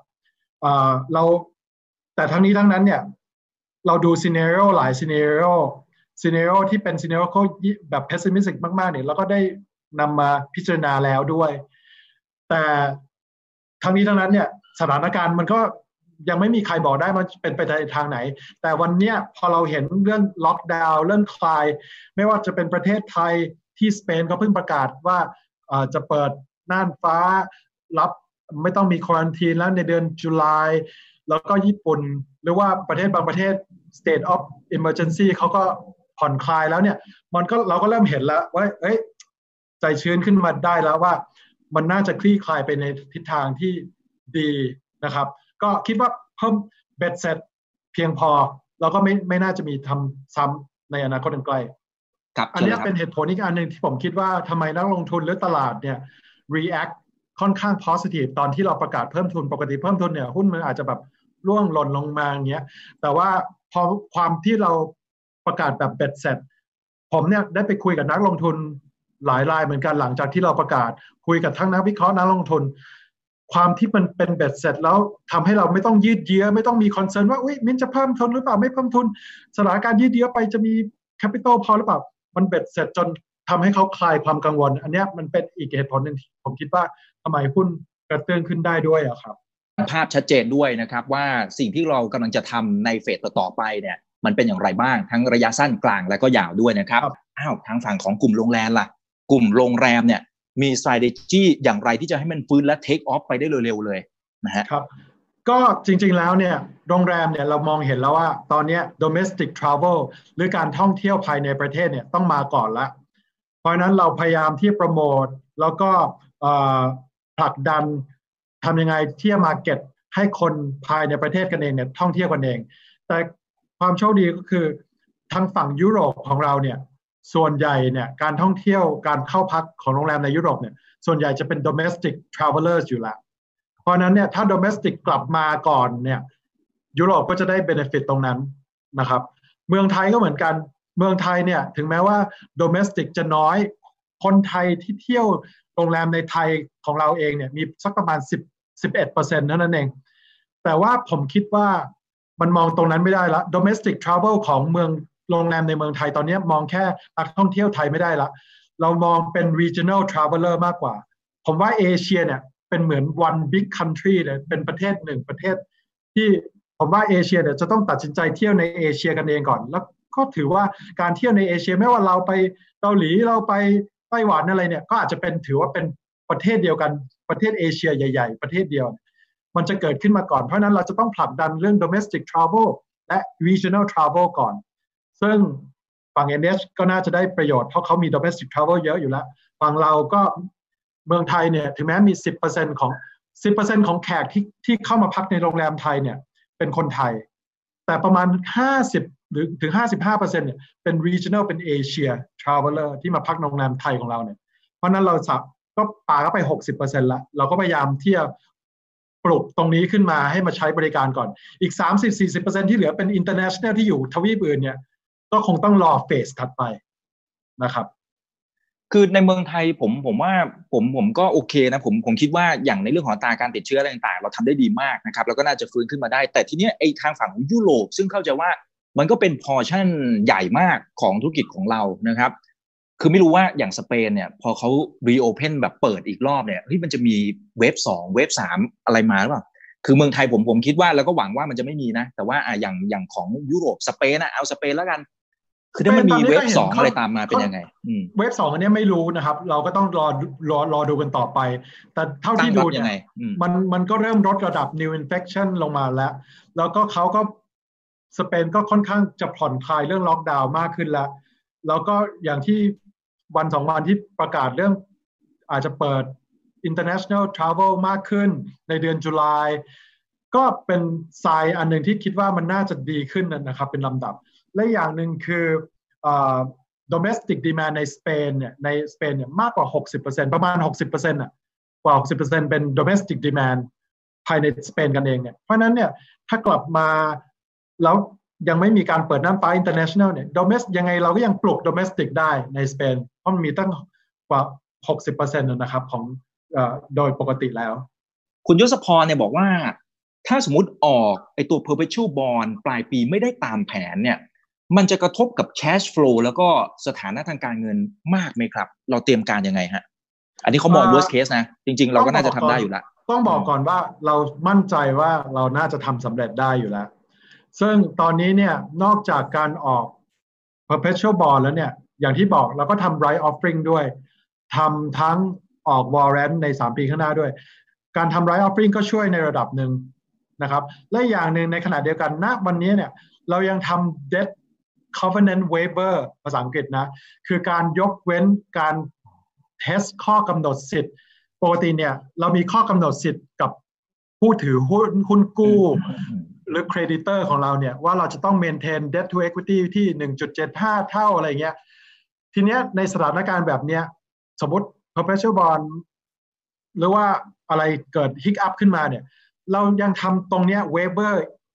แต่ทั้งนี้ทั้งนั้นเนี่ยเราดูซีนาริโอหลายซีนาริโอที่เป็นซีนาริโอแบบ pessimistic มากๆเนี่ยเราก็ได้นำมาพิจารณาแล้วด้วยแต่ทั้งนี้ทั้งนั้นเนี่ยสถานการณ์มันก็ยังไม่มีใครบอกได้มันเป็นไปในทางไหนแต่วันนี้พอเราเห็นเรื่องล็อกดาวน์เรื่องคลายไม่ว่าจะเป็นประเทศไทยที่สเปนก็เพิ่งประกาศว่าจะเปิดน่านฟ้ารับไม่ต้องมีควอรันทีนแล้วในเดือนตุลาแล้วก็ญี่ปุ่นหรือว่าประเทศบางประเทศ state of emergency เขาก็ผ่อนคลายแล้วเนี่ยเราก็เริ่มเห็นแล้วว่าใจชื้นขึ้นมาได้แล้วว่ามันน่าจะคลี่คลายไปในทิศทางที่ดีนะครับก็คิดว่าเพิ่มเบ็ดเสร็จเพียงพอเราก็ไม่น่าจะมีทำซ้ำในอนาคตอันใกล้อันนี้เป็นเหตุผลอีกอันหนึ่งที่ผมคิดว่าทำไมนักลงทุนหรือตลาดเนี่ย react ค่อนข้าง positive ตอนที่เราประกาศเพิ่มทุนปกติเพิ่มทุนเนี่ยหุ้นมันอาจจะแบบร่วงหล่นลงมาอย่างเงี้ยแต่ว่าพอความที่เราประกาศแบบเบ็ดเสร็จผมเนี่ยได้ไปคุยกับนักลงทุนหลายรายเหมือนกันหลังจากที่เราประกาศคุยกับทั้งนักวิเคราะห์นักลงทุนความที่มันเป็นเบ็ดเสร็จแล้วทำให้เราไม่ต้องยืดเยื้อไม่ต้องมีคอนเซิร์นว่ามิ้นจะเพิ่มทุนหรือเปล่าไม่เพิ่มทุนสถานการณ์ยืดเยื้อไปจะมีแคปิตอลพอหรือเปล่ามันเบ็ดเสร็จจนทำให้เขาคลายความกังวลอันนี้มันเป็นอีกเหตุผลหนึ่งที่ผมคิดว่าทำไมหุ้นกระเตื้องขึ้นได้ด้วยครับภาพชัดเจนด้วยนะครับว่าสิ่งที่เรากำลังจะทำในเฟสต่อไปเนี่ยมันเป็นอย่างไรบ้างทั้งระยะสั้นกลางและก็ยาวด้วยนะครับทางฝั่งของกลุ่มโรงแรมล่ะกลุ่มโรงแรมเนี่ยมี strategy อย่างไรที่จะให้มันฟื้นและ take off ไปได้เร็วๆเลยนะฮะครับก็จริงๆแล้วเนี่ยโรงแรมเนี่ยเรามองเห็นแล้วว่าตอนนี้ domestic travel หรือการท่องเที่ยวภายในประเทศเนี่ยต้องมาก่อนละเพราะฉะนั้นเราพยายามที่โปรโมทแล้วก็ผลักดันทำยังไงที่จะมาเก็ตให้คนภายในประเทศกันเองเนี่ยท่องเที่ยวกันเองแต่ความโชคดีก็คือทางฝั่งยุโรปของเราเนี่ยส่วนใหญ่เนี่ยการท่องเที่ยวการเข้าพักของโรงแรมในยุโรปเนี่ยส่วนใหญ่จะเป็น domestic travelers อยู่แล้วเพราะนั้นเนี่ยถ้า domestic กลับมาก่อนเนี่ยยุโรปก็จะได้ benefit ตรงนั้นนะครับเมืองไทยก็เหมือนกันเมืองไทยเนี่ยถึงแม้ว่า domestic จะน้อยคนไทยที่เที่ยวโรงแรมในไทยของเราเองเนี่ยมีสักประมาณ11%เท่านั้นเองแต่ว่าผมคิดว่ามันมองตรงนั้นไม่ได้ละ domestic travel ของเมืองโรงแรมในเมืองไทยตอนนี้มองแค่นักท่องเที่ยวไทยไม่ได้ละเรามองเป็น regional traveler มากกว่าผมว่าเอเชียเนี่ยเป็นเหมือน one big country เลยเป็นประเทศหนึ่งประเทศที่ผมว่าเอเชียเนี่ยจะต้องตัดสินใจเที่ยวในเอเชียกันเองก่อนแล้วก็ถือว่าการเที่ยวในเอเชียไม่ว่าเราไปเกาหลีเราไปไต้หวันอะไรเนี่ยก็อาจจะเป็นถือว่าเป็นประเทศเดียวกันประเทศเอเชียใหญ่ๆประเทศเดียวมันจะเกิดขึ้นมาก่อนเพราะนั้นเราจะต้องผลักดันเรื่อง domestic travel และ regional travel ก่อนซึ่งฝั่ง NH ก็น่าจะได้ประโยชน์เพราะเขามี domestic travel เยอะอยู่แล้วฝั่งเราก็เมืองไทยเนี่ยถึงแม้มี 10% ของแขกที่เข้ามาพักในโรงแรมไทยเนี่ยเป็นคนไทยแต่ประมาณ50หรือถึง 55% เนี่ยเป็น regional เป็น Asia traveler ที่มาพักในโรงแรมไทยของเราเนี่ยเพราะนั้นเราก็ปาเข้าไป 60% ละเราก็พยายามที่จะปลุกตรงนี้ขึ้นมาให้มาใช้บริการก่อนอีก 30-40% ที่เหลือเป็น international ที่อยู่ทวีปอื่นเนี่ยก็คงต้องรอเฟสถัดไปนะครับคือในเมืองไทยผมว่าผมก็โอเคนะผมคิดว่าอย่างในเรื่องของอัตราการติดเชื้ออะไรต่างๆเราทำได้ดีมากนะครับแล้วก็น่าจะฟื้นขึ้นมาได้แต่ทีเนี้ยไอ้ทางฝั่งของยุโรปซึ่งเข้าใจว่ามันก็เป็นพอร์ชั่นใหญ่มากของธุรกิจของเรานะครับคือไม่รู้ว่าอย่างสเปนเนี่ยพอเขารีโอเพนแบบเปิดอีกรอบเนี่ยมันจะมีเวฟ2เวฟ3อะไรมาหรือเปล่าคือเมืองไทยผมคิดว่าแล้วก็หวังว่ามันจะไม่มีนะแต่ว่าอย่างของยุโรปสเปนเอาสเปนแล้วกันคือถ้ามันมีเวฟ2อะไรตามมาเป็นยังไงเวฟ2อันนี้ไม่รู้นะครับเราก็ต้องรอดูกันต่อไปแต่เท่าที่ดูเนี่ยมันก็เริ่มลดระดับ new infection ลงมาแล้วก็เขาก็สเปนก็ค่อนข้างจะผ่อนคลายเรื่องล็อกดาวน์มากขึ้นแล้วก็อย่างที่วัน2 วันที่ประกาศเรื่องอาจจะเปิด international travel มากขึ้นในเดือนตุลาก็เป็นไซน์อันหนึ่งที่คิดว่ามันน่าจะดีขึ้นนะครับเป็นลำดับและอย่างหนึ่งคือdomestic demand ในสเปนเนี่ยมากกว่า 60% ประมาณ 60% กว่า 60% เป็น domestic demand ภายในสเปนกันเองเนี่ยเพราะนั้นเนี่ยถ้ากลับมาแล้วยังไม่มีการเปิดน่านฟ้า international เนี่ย domestic ยังไงเราก็ยังปลุก domestic ได้ในสเปนเพราะมันมีตั้งกว่า 60% นะครับของโดยปกติแล้วคุณยศพรเนี่ยบอกว่าถ้าสมมุติออกไอตัว perpetual bond ปลายปีไม่ได้ตามแผนเนี่ยมันจะกระทบกับ cash flow แล้วก็สถานะทางการเงินมากไหมครับเราเตรียมการยังไงฮะอันนี้เขามอง worst case นะจริงๆเราก็น่าจะทำได้อยู่แล้วต้องบอกก่อนว่าเรามั่นใจว่าเราน่าจะทำสำเร็จได้อยู่แล้วซึ่งตอนนี้เนี่ยนอกจากการออก perpetual bond แล้วเนี่ยอย่างที่บอกเราก็ทำ right offering ด้วยทำทั้งออก warrant ใน3 ปีข้างหน้าด้วยการทำ right offering ก็ช่วยในระดับหนึ่งนะครับและอย่างหนึ่งในขณะเดียวกันณวันนี้เนี่ยเรายังทำ debt covenant waiver ภาษาอังกฤษนะคือการยกเว้นการ test ข้อกำหนดสิทธิ์ปกติเนี่ยเรามีข้อกำหนดสิทธิ์กับผู้ถือหุ้นกู้หรือ creditor ของเราเนี่ยว่าเราจะต้อง maintain debt to equity ที่ 1.75 เท่าอะไรเงี้ยทีเนี้ยในสถานการณ์แบบเนี้ยสมมติ perpetual bond หรือว่าอะไรเกิด hiccup ขึ้นมาเนี่ยเรายังทำตรงเนี้ย waiver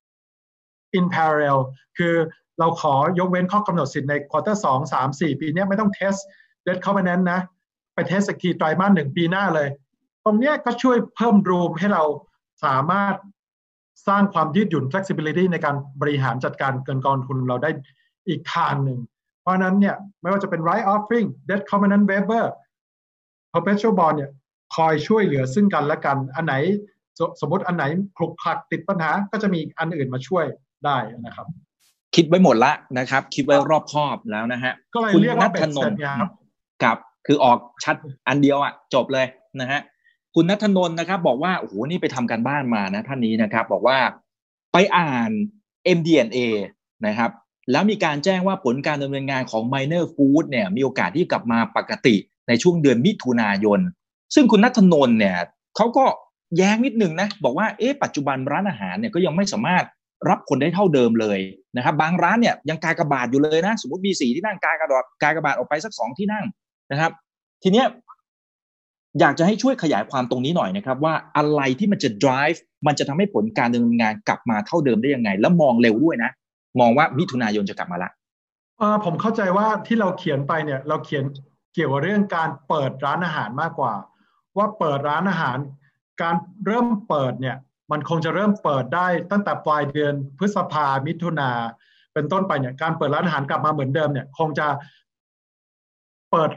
in parallel คือเราขอยกเว้นข้อกำหนดสิทธิ์ในควอเตอร์2 3 4ปีนี้ไม่ต้อง test debt covenant นะไป test สักทีไตรมาส1ปีหน้าเลยตรงเนี้ยก็ช่วยเพิ่ม room ให้เราสามารถสร้างความยืดหยุ่น flexibility ในการบริหารจัดการเงินกองทุนเราได้อีกทางหนึ่งเพราะนั้นเนี่ยไม่ว่าจะเป็น right offering debt covenant waiver perpetual bond เนี่ยคอยช่วยเหลือซึ่งกันและกันอันไหนสมมติอันไหนคลุกคลักติดปัญหาก็จะมีอันอื่นมาช่วยได้นะครับคิดไว้หมดละนะครับคิดไว้รอบคอบแล้วนะฮะก็เลยเรียกว่าเป็นเสร็จครับกับคือออกชัดอันเดียวจบเลยนะฮะคุณณัฐนนท์นะครับบอกว่าโอ้โหนี่ไปทำการบ้านมานะท่านนี้นะครับบอกว่าไปอ่าน MD&A นะครับแล้วมีการแจ้งว่าผลการดำเนินงานของ Minor Food เนี่ยมีโอกาสที่กลับมาปกติในช่วงเดือนมิถุนายนซึ่งคุณณัฐนนท์เนี่ยเขาก็แย้งนิดนึงนะบอกว่าปัจจุบันร้านอาหารเนี่ยก็ยังไม่สามารถรับคนได้เท่าเดิมเลยนะครับบางร้านเนี่ยยังกากบาทอยู่เลยนะสมมติมี4ที่นั่งกากบาทออกไปสัก2ที่นั่งนะครับทีเนี้ยอยากจะให้ช่วยขยายความตรงนี้หน่อยนะครับว่าอะไรที่มันจะ drive มันจะทำให้ผลการดำเนินงานกลับมาเท่าเดิมได้ยังไงแล้วมองเร็วด้วยนะมองว่ามิถุนายนจะกลับมาละผมเข้าใจว่าที่เราเขียนไปเนี่ยเราเขียนเกี่ยวกับเรื่องการเปิดร้านอาหารมากกว่าว่าเปิดร้านอาหารการเริ่มเปิดเนี่ยมันคงจะเริ่มเปิดได้ตั้งแต่ปลายเดือนพฤษภามิถุนาเป็นต้นไปเนี่ยการเปิดร้านอาหารกลับมาเหมือนเดิมเนี่ยคงจะเปิด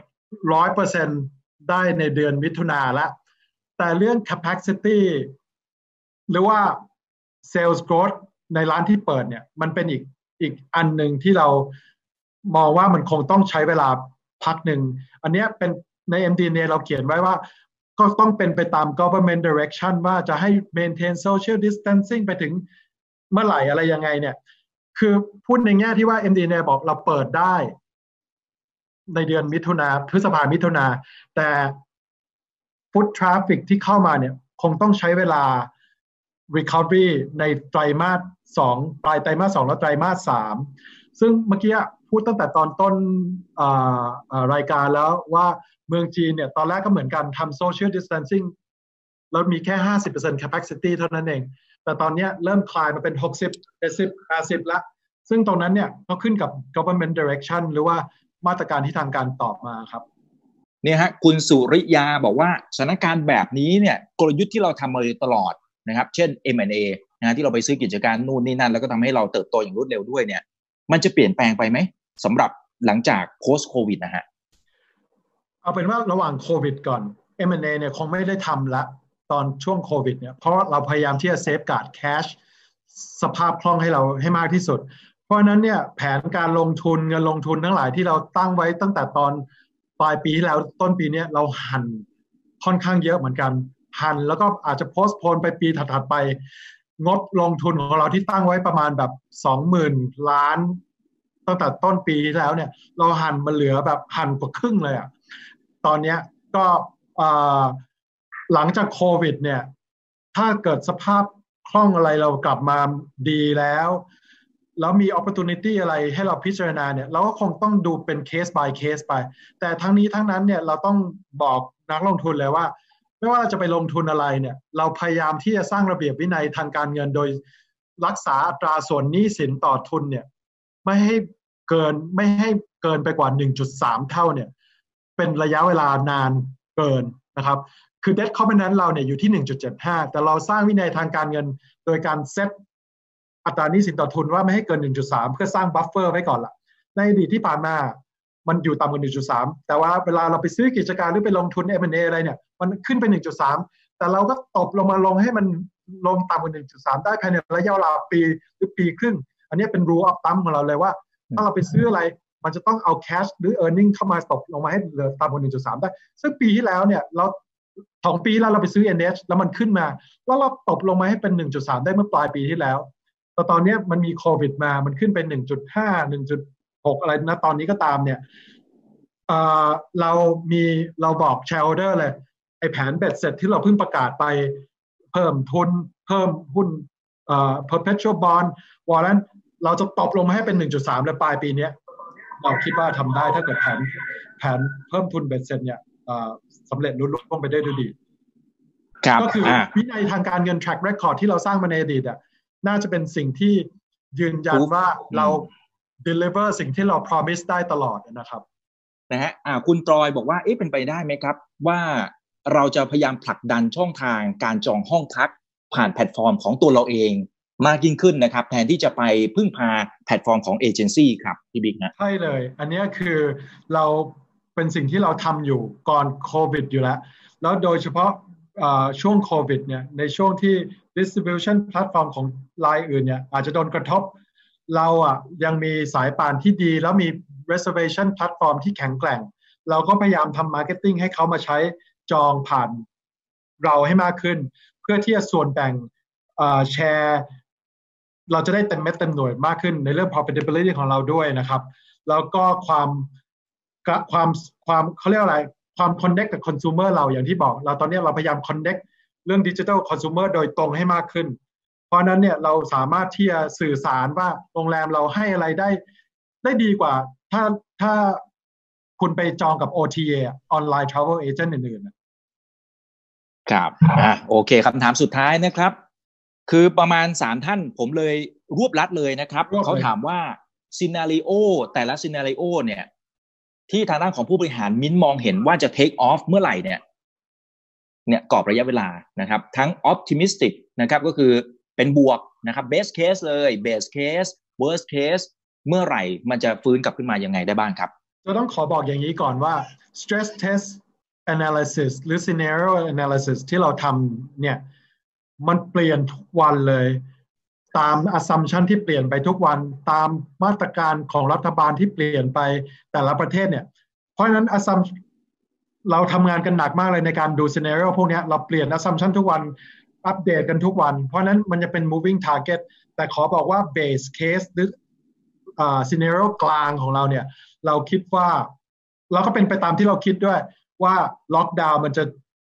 100% ได้ในเดือนมิถุนาแล้วแต่เรื่อง capacity หรือว่า sales growth ในร้านที่เปิดเนี่ยมันเป็นอีกอันหนึ่งที่เรามองว่ามันคงต้องใช้เวลาพักหนึ่งอันนี้เป็นใน MD&A เราเขียนไว้ว่าก็ต้องเป็นไปตาม government direction ว่าจะให้ maintain social distancing ไปถึงเมื่อไหร่อะไรยังไงเนี่ยคือพูดในแง่ที่ว่า MD&A บอกเราเปิดได้ในเดือนพฤษภามิถุนาแต่ foot traffic ที่เข้ามาเนี่ยคงต้องใช้เวลา recovery ในไตรมาส 2ปลายไตรมาส 2และไตรมาส 3ซึ่งเมื่อกี้พูดตั้งแต่ตอนต้นรายการแล้วว่าเมืองจีนเนี่ยตอนแรกก็เหมือนกันทำ social distancing แล้วมีแค่ 50% capacity เท่านั้นเองแต่ตอนนี้เริ่มคลายมาเป็น60 70 80แล้วซึ่งตรงนั้นเนี่ยก็ขึ้นกับ government direction หรือว่ามาตรการที่ทางการตอบมาครับเนี่ยฮะคุณสุริยาบอกว่าสถานการณ์แบบนี้เนี่ยกลยุทธ์ที่เราทำมาตลอดนะครับเช่น M&A นะที่เราไปซื้อกิจการนู่นนี่นั่นแล้วก็ทำให้เราเติบโตอย่างรวดเร็วด้วยเนี่ยมันจะเปลี่ยนแปลงไปไหมสำหรับหลังจาก post covid นะฮะเอาเป็นว่าระหว่างโควิดก่อน M&A เนี่ยคงไม่ได้ทำละตอนช่วงโควิดเนี่ยเพราะเราพยายามที่จะเซฟการ์ดแคชสภาพคล่องให้เราให้มากที่สุดเพราะนั้นเนี่ยแผนการลงทุนเงินลงทุนทั้งหลายที่เราตั้งไว้ตั้งแต่ตอนปลายปีที่แล้วต้นปีนี้เราหั่นค่อนข้างเยอะเหมือนกันหั่นแล้วก็อาจจะโพสต์โพนไปปีถัดๆไปงบลงทุนของเราที่ตั้งไว้ประมาณแบบ 20,000 ล้านตั้งแต่ต้นปีที่แล้วเนี่ยเราหั่นมาเหลือแบบหั่นกว่าครึ่งเลยอ่ะตอนนี้ก็หลังจากโควิดเนี่ยถ้าเกิดสภาพคล่องอะไรเรากลับมาดีแล้วมี opportunity อะไรให้เราพิจารณาเนี่ยเราก็คงต้องดูเป็น case by case ไปแต่ทั้งนี้ทั้งนั้นเนี่ยเราต้องบอกนักลงทุนเลยว่าไม่ว่าเราจะไปลงทุนอะไรเนี่ยเราพยายามที่จะสร้างระเบียบวินัยทางการเงินโดยรักษาอัตราส่วนหนี้สินต่อทุนเนี่ยไม่ให้เกินไปกว่า 1.3 เท่าเนี่ยเป็นระยะเวลานานเกินนะครับคือ debt covenant เราเนี่ยอยู่ที่ 1.75 แต่เราสร้างวินัยทางการเงินโดยการเซตอัตราหนี้สินต่อทุนว่าไม่ให้เกิน 1.3 เพื่อสร้างบัฟเฟอร์ไว้ก่อนละในอดีตที่ผ่านมามันอยู่ต่ำกว่า 1.3 แต่ว่าเวลาเราไปซื้อกิจการหรือไปลงทุน M&A อะไรเนี่ยมันขึ้นไป 1.3 แต่เราก็ตบลงให้มันลงต่ำกว่า 1.3 ได้ภายในระยะเวลาปีหรือปีครึ่งอันนี้เป็น rule of thumb ของเราเลยว่าถ้าเราไปซื้ออะไรมันจะต้องเอา cash หรือ earning เข้ามาตบลงมาให้เหลือต่ำกว่า 1.3 ได้ซึ่งปีที่แล้วเนี่ยเรา2 ปีแล้วเราไปซื้อ NH แล้วมันขึ้นมาแล้วเราตบลงมาให้เป็น 1.3 ได้เมื่อปลายปีที่แล้วแต่ตอนนี้มันมีโควิดมามันขึ้นเป็น 1.5 1.6 อะไรนะตอนนี้ก็ตามเนี่ยเราบอก shareholder เลยไอ้แผนเบ็ดเสร็จที่เราเพิ่งประกาศไปเพิ่มทุนเพิ่มหุ้นperpetual bond warrant เราจะตบลงมาให้เป็น 1.3 แล้วปลายปีนี้เราคิดว่าทำได้ถ้าเกิดแผนเพิ่มทุนเบ็ดเสร็จเนี่ยสำเร็จลุล่วงไปได้ด้วยดีก็คือวินัยทางการเงิน track record ที่เราสร้างมาในอดีตน่าจะเป็นสิ่งที่ยืนยันว่าเรา deliver สิ่งที่เรา promise ได้ตลอดนะครับนะฮะคุณตรอยบอกว่าเป็นไปได้ไหมครับว่าเราจะพยายามผลักดันช่องทางการจองห้องพักผ่านแพลตฟอร์มของตัวเราเองมากยิ่งขึ้นนะครับแทนที่จะไปพึ่งพาแพลตฟอร์มของเอเจนซี่ครับพี่บิ๊กนะใช่เลยอันนี้คือเราเป็นสิ่งที่เราทำอยู่ก่อนโควิดอยู่แล้วโดยเฉพาะช่วงโควิดเนี่ยในช่วงที่ distribution platform ของรายอื่นเนี่ยอาจจะโดนกระทบเรายังมีสายป่านที่ดีแล้วมี reservation platform ที่แข็งแกร่งเราก็พยายามทำ marketing ให้เขามาใช้จองผ่านเราให้มากขึ้นเพื่อที่จะส่วนแบ่งแชร์เราจะได้เต็มเม็ดเต็มหน่วยมากขึ้นในเรื่อง profitability ของเราด้วยนะครับแล้วก็ความเขาเรียกอะไรความ connect กับ consumer เราอย่างที่บอกเราตอนนี้เราพยายาม connect เรื่อง digital consumer โดยตรงให้มากขึ้นเพราะนั้นเนี่ยเราสามารถที่จะสื่อสารว่าโรงแรมเราให้อะไรได้ดีกว่าถ้าคุณไปจองกับ OTA Online Travel Agent อื่นๆครับโอเคคำถามสุดท้ายนะครับคือประมาณ3ท่านผมเลยรวบลัดเลยนะครับเขาถามว่าซีนาริโอแต่ละซีนาริโอเนี่ยที่ทางด้านของผู้บริหารมิ้นมองเห็นว่าจะ take off เมื่อไหร่เนี่ยกรอบระยะเวลานะครับทั้ง optimistic นะครับก็คือเป็นบวกนะครับ best case เลย best case worst case เมื่อไหร่มันจะฟื้นกลับขึ้นมายังไงได้บ้างครับเราต้องขอบอกอย่างนี้ก่อนว่า stress test analysis หรือ scenario analysis ที่เราทำเนี่ยมันเปลี่ยนทุกวันเลยตาม assumption ที่เปลี่ยนไปทุกวันตามมาตรการของรัฐบาลที่เปลี่ยนไปแต่ละประเทศเนี่ยเพราะฉะนั้น assumption เราทำงานกันหนักมากเลยในการดู scenario พวกนี้เราเปลี่ยน assumption ทุกวันอัปเดตกันทุกวันเพราะนั้นมันจะเป็น moving target แต่ขอบอกว่า base case หรือscenario กลางของเราเนี่ยเราคิดว่าเราก็เป็นไปตามที่เราคิดด้วยว่าล็อกดาวน์มันจะ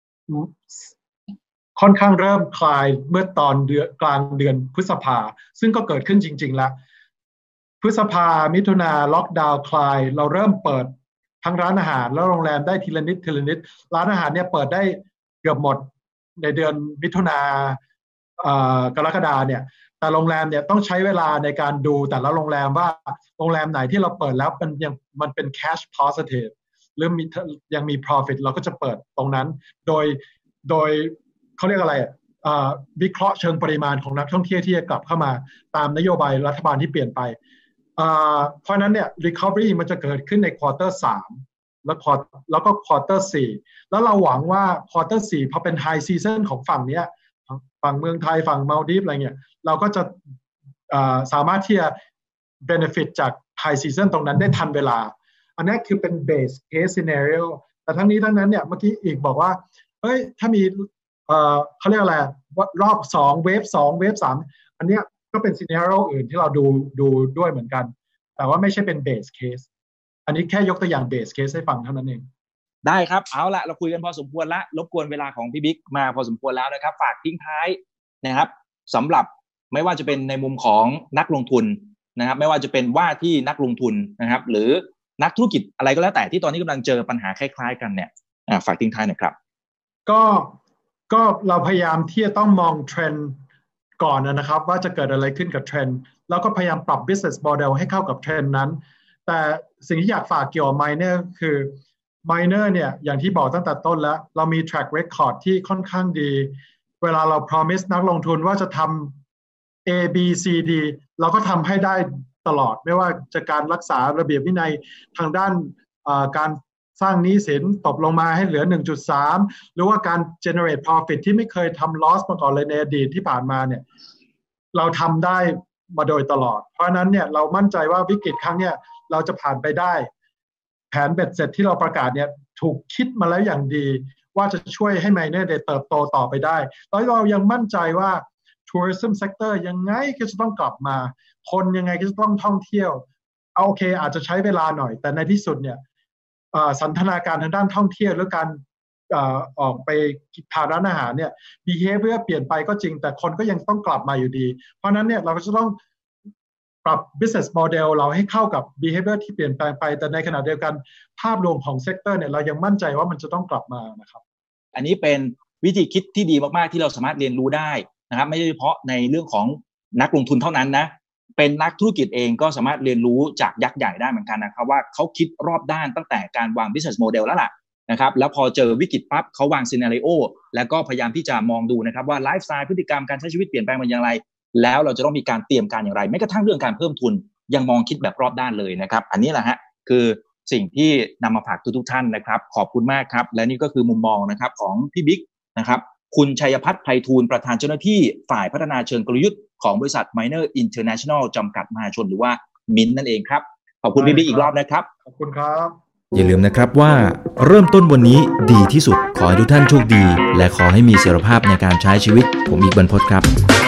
ค่อนข้างเริ่มคลายเมื่อตอนกลางเดือนพฤษภาซึ่งก็เกิดขึ้นจริงๆแล้วพฤษภามิถุนาล็อกดาวน์คลายเราเริ่มเปิดทั้งร้านอาหารแล้วโรงแรมได้ทีละนิดร้านอาหารเนี่ยเปิดได้เกือบหมดในเดือนมิถุนากรกฎาเนี่ยแต่โรงแรมเนี่ยต้องใช้เวลาในการดูแต่ละโรงแรมว่าโรงแรมไหนที่เราเปิดแล้วมันเป็น cash positive หรือยังมี profit เราก็จะเปิดตรงนั้นโดยเขาเรียกอะไรวิเคราะห์เชิงปริมาณของนักท่องเที่ยวที่จะกลับเข้ามาตามนโยบายรัฐบาลที่เปลี่ยนไปเพราะนั้นเนี่ย recovery มันจะเกิดขึ้นใน quarter 3แล้วก็ quarter 4แล้วเราหวังว่า quarter 4พอเป็น high season ของฝั่งเนี้ยฝั่งเมืองไทยฝั่งมาลดีฟอะไรเงี้ยเราก็จะสามารถที่จะ benefit จาก high season ตรงนั้นได้ทันเวลาอันนี้คือเป็น base case scenario แต่ทั้งนี้ทั้งนั้นเนี่ยเมื่อกี้อีกบอกว่าเฮ้ยถ้ามีเขาเรียกอะไรรอบ2เวฟ2เวฟ3อันเนี้ยก็เป็น scenario อื่นที่เราดูด้วยเหมือนกันแต่ว่าไม่ใช่เป็น base case อันนี้แค่ยกตัวอย่าง base case ให้ฟังเท่านั้นเองได้ครับเอาละเราคุยกันพอสมควรละรบกวนเวลาของพี่บิ๊กมาพอสมควรแล้วนะครับฝากทิ้งท้ายนะครับสำหรับไม่ว่าจะเป็นในมุมของนักลงทุนนะครับไม่ว่าจะเป็นว่าที่นักลงทุนนะครับหรือนักธุรกิจอะไรก็แล้วแต่ที่ตอนนี้กำลังเจอปัญหาคล้ายๆกันเนี่ยฝากทิ้งท้ายหน่อยครับก็เราพยายามที่จะต้องมองเทรนด์ก่อนนะครับว่าจะเกิดอะไรขึ้นกับเทรนด์แล้วก็พยายามปรับ business model ให้เข้ากับเทรนด์นั้นแต่สิ่งที่อยากฝากเกี่ยวกับ miner คือ miner เนี่ยอย่างที่บอกตั้งแต่ต้นแล้วเรามี track record ที่ค่อนข้างดีเวลาเรา promise นักลงทุนว่าจะทำ A B C D เราก็ทำให้ได้ตลอดไม่ว่าจะการรักษาระเบียบวินัยทางด้านการสร้างหนี้สินตกลงมาให้เหลือ 1.3 หรือว่าการ generate profit ที่ไม่เคยทำ loss มาก่อนเลยในอดีตที่ผ่านมาเนี่ยเราทำได้มาโดยตลอดเพราะนั้นเนี่ยเรามั่นใจว่าวิกฤตครั้งเนี่ยเราจะผ่านไปได้แผนเบ็ดเสร็จที่เราประกาศเนี่ยถูกคิดมาแล้วอย่างดีว่าจะช่วยให้ miner ได้เติบโตต่อไปได้แล้วเรายังมั่นใจว่า tourism sector ยังไงก็จะต้องกลับมาคนยังไงก็จะต้องท่องเที่ยวโอเคอาจจะใช้เวลาหน่อยแต่ในที่สุดเนี่ยสันทนาการทางด้านท่องเที่ยวหรือการออกไปทานร้านอาหารเนี่ย behavior เปลี่ยนไปก็จริงแต่คนก็ยังต้องกลับมาอยู่ดีเพราะนั้นเนี่ยเราก็จะต้องปรับ business model เราให้เข้ากับ behavior ที่เปลี่ยนแปลงไปแต่ในขณะเดียวกันภาพรวมของ sector เนี่ยเรายังมั่นใจว่ามันจะต้องกลับมานะครับอันนี้เป็นวิธีคิดที่ดีมากๆที่เราสามารถเรียนรู้ได้นะครับไม่ใช่เฉพาะในเรื่องของนักลงทุนเท่านั้นนะเป็นนักธุรกิจเองก็สามารถเรียนรู้จากยักษ์ใหญ่ได้เหมือนกันนะครับว่าเขาคิดรอบด้านตั้งแต่การวาง business model แล้วล่ะนะครับแล้วพอเจอวิกฤตปั๊บเขาวาง scenario แล้วก็พยายามที่จะมองดูนะครับว่าไลฟ์สไตล์พฤติกรรมการใช้ชีวิตเปลี่ยนแปลงมันอย่างไรแล้วเราจะต้องมีการเตรียมการอย่างไรแม้กระทั่งเรื่องการเพิ่มทุนยังมองคิดแบบรอบด้านเลยนะครับอันนี้แหละฮะคือสิ่งที่นำมาฝากทุกท่านนะครับขอบคุณมากครับและนี่ก็คือมุมมองนะครับของพี่บิ๊กนะครับคุณชัยพัฒน์ไพฑูรย์ประธานเจ้าหน้าที่ฝ่ายพัฒนาเชิงกลยุทธ์ของบริษัท Miner International จำกัดมหาชนหรือว่ามินนั่นเองครับขอบคุณพี่บิ๊กอีกรอบนะครับขอบคุณครับอย่าลืมนะครับว่าเริ่มต้นวันนี้ดีที่สุดขอให้ทุกท่านโชคดีและขอให้มีเสถียรภาพในการใช้ชีวิตผมอีกบรรพตครับ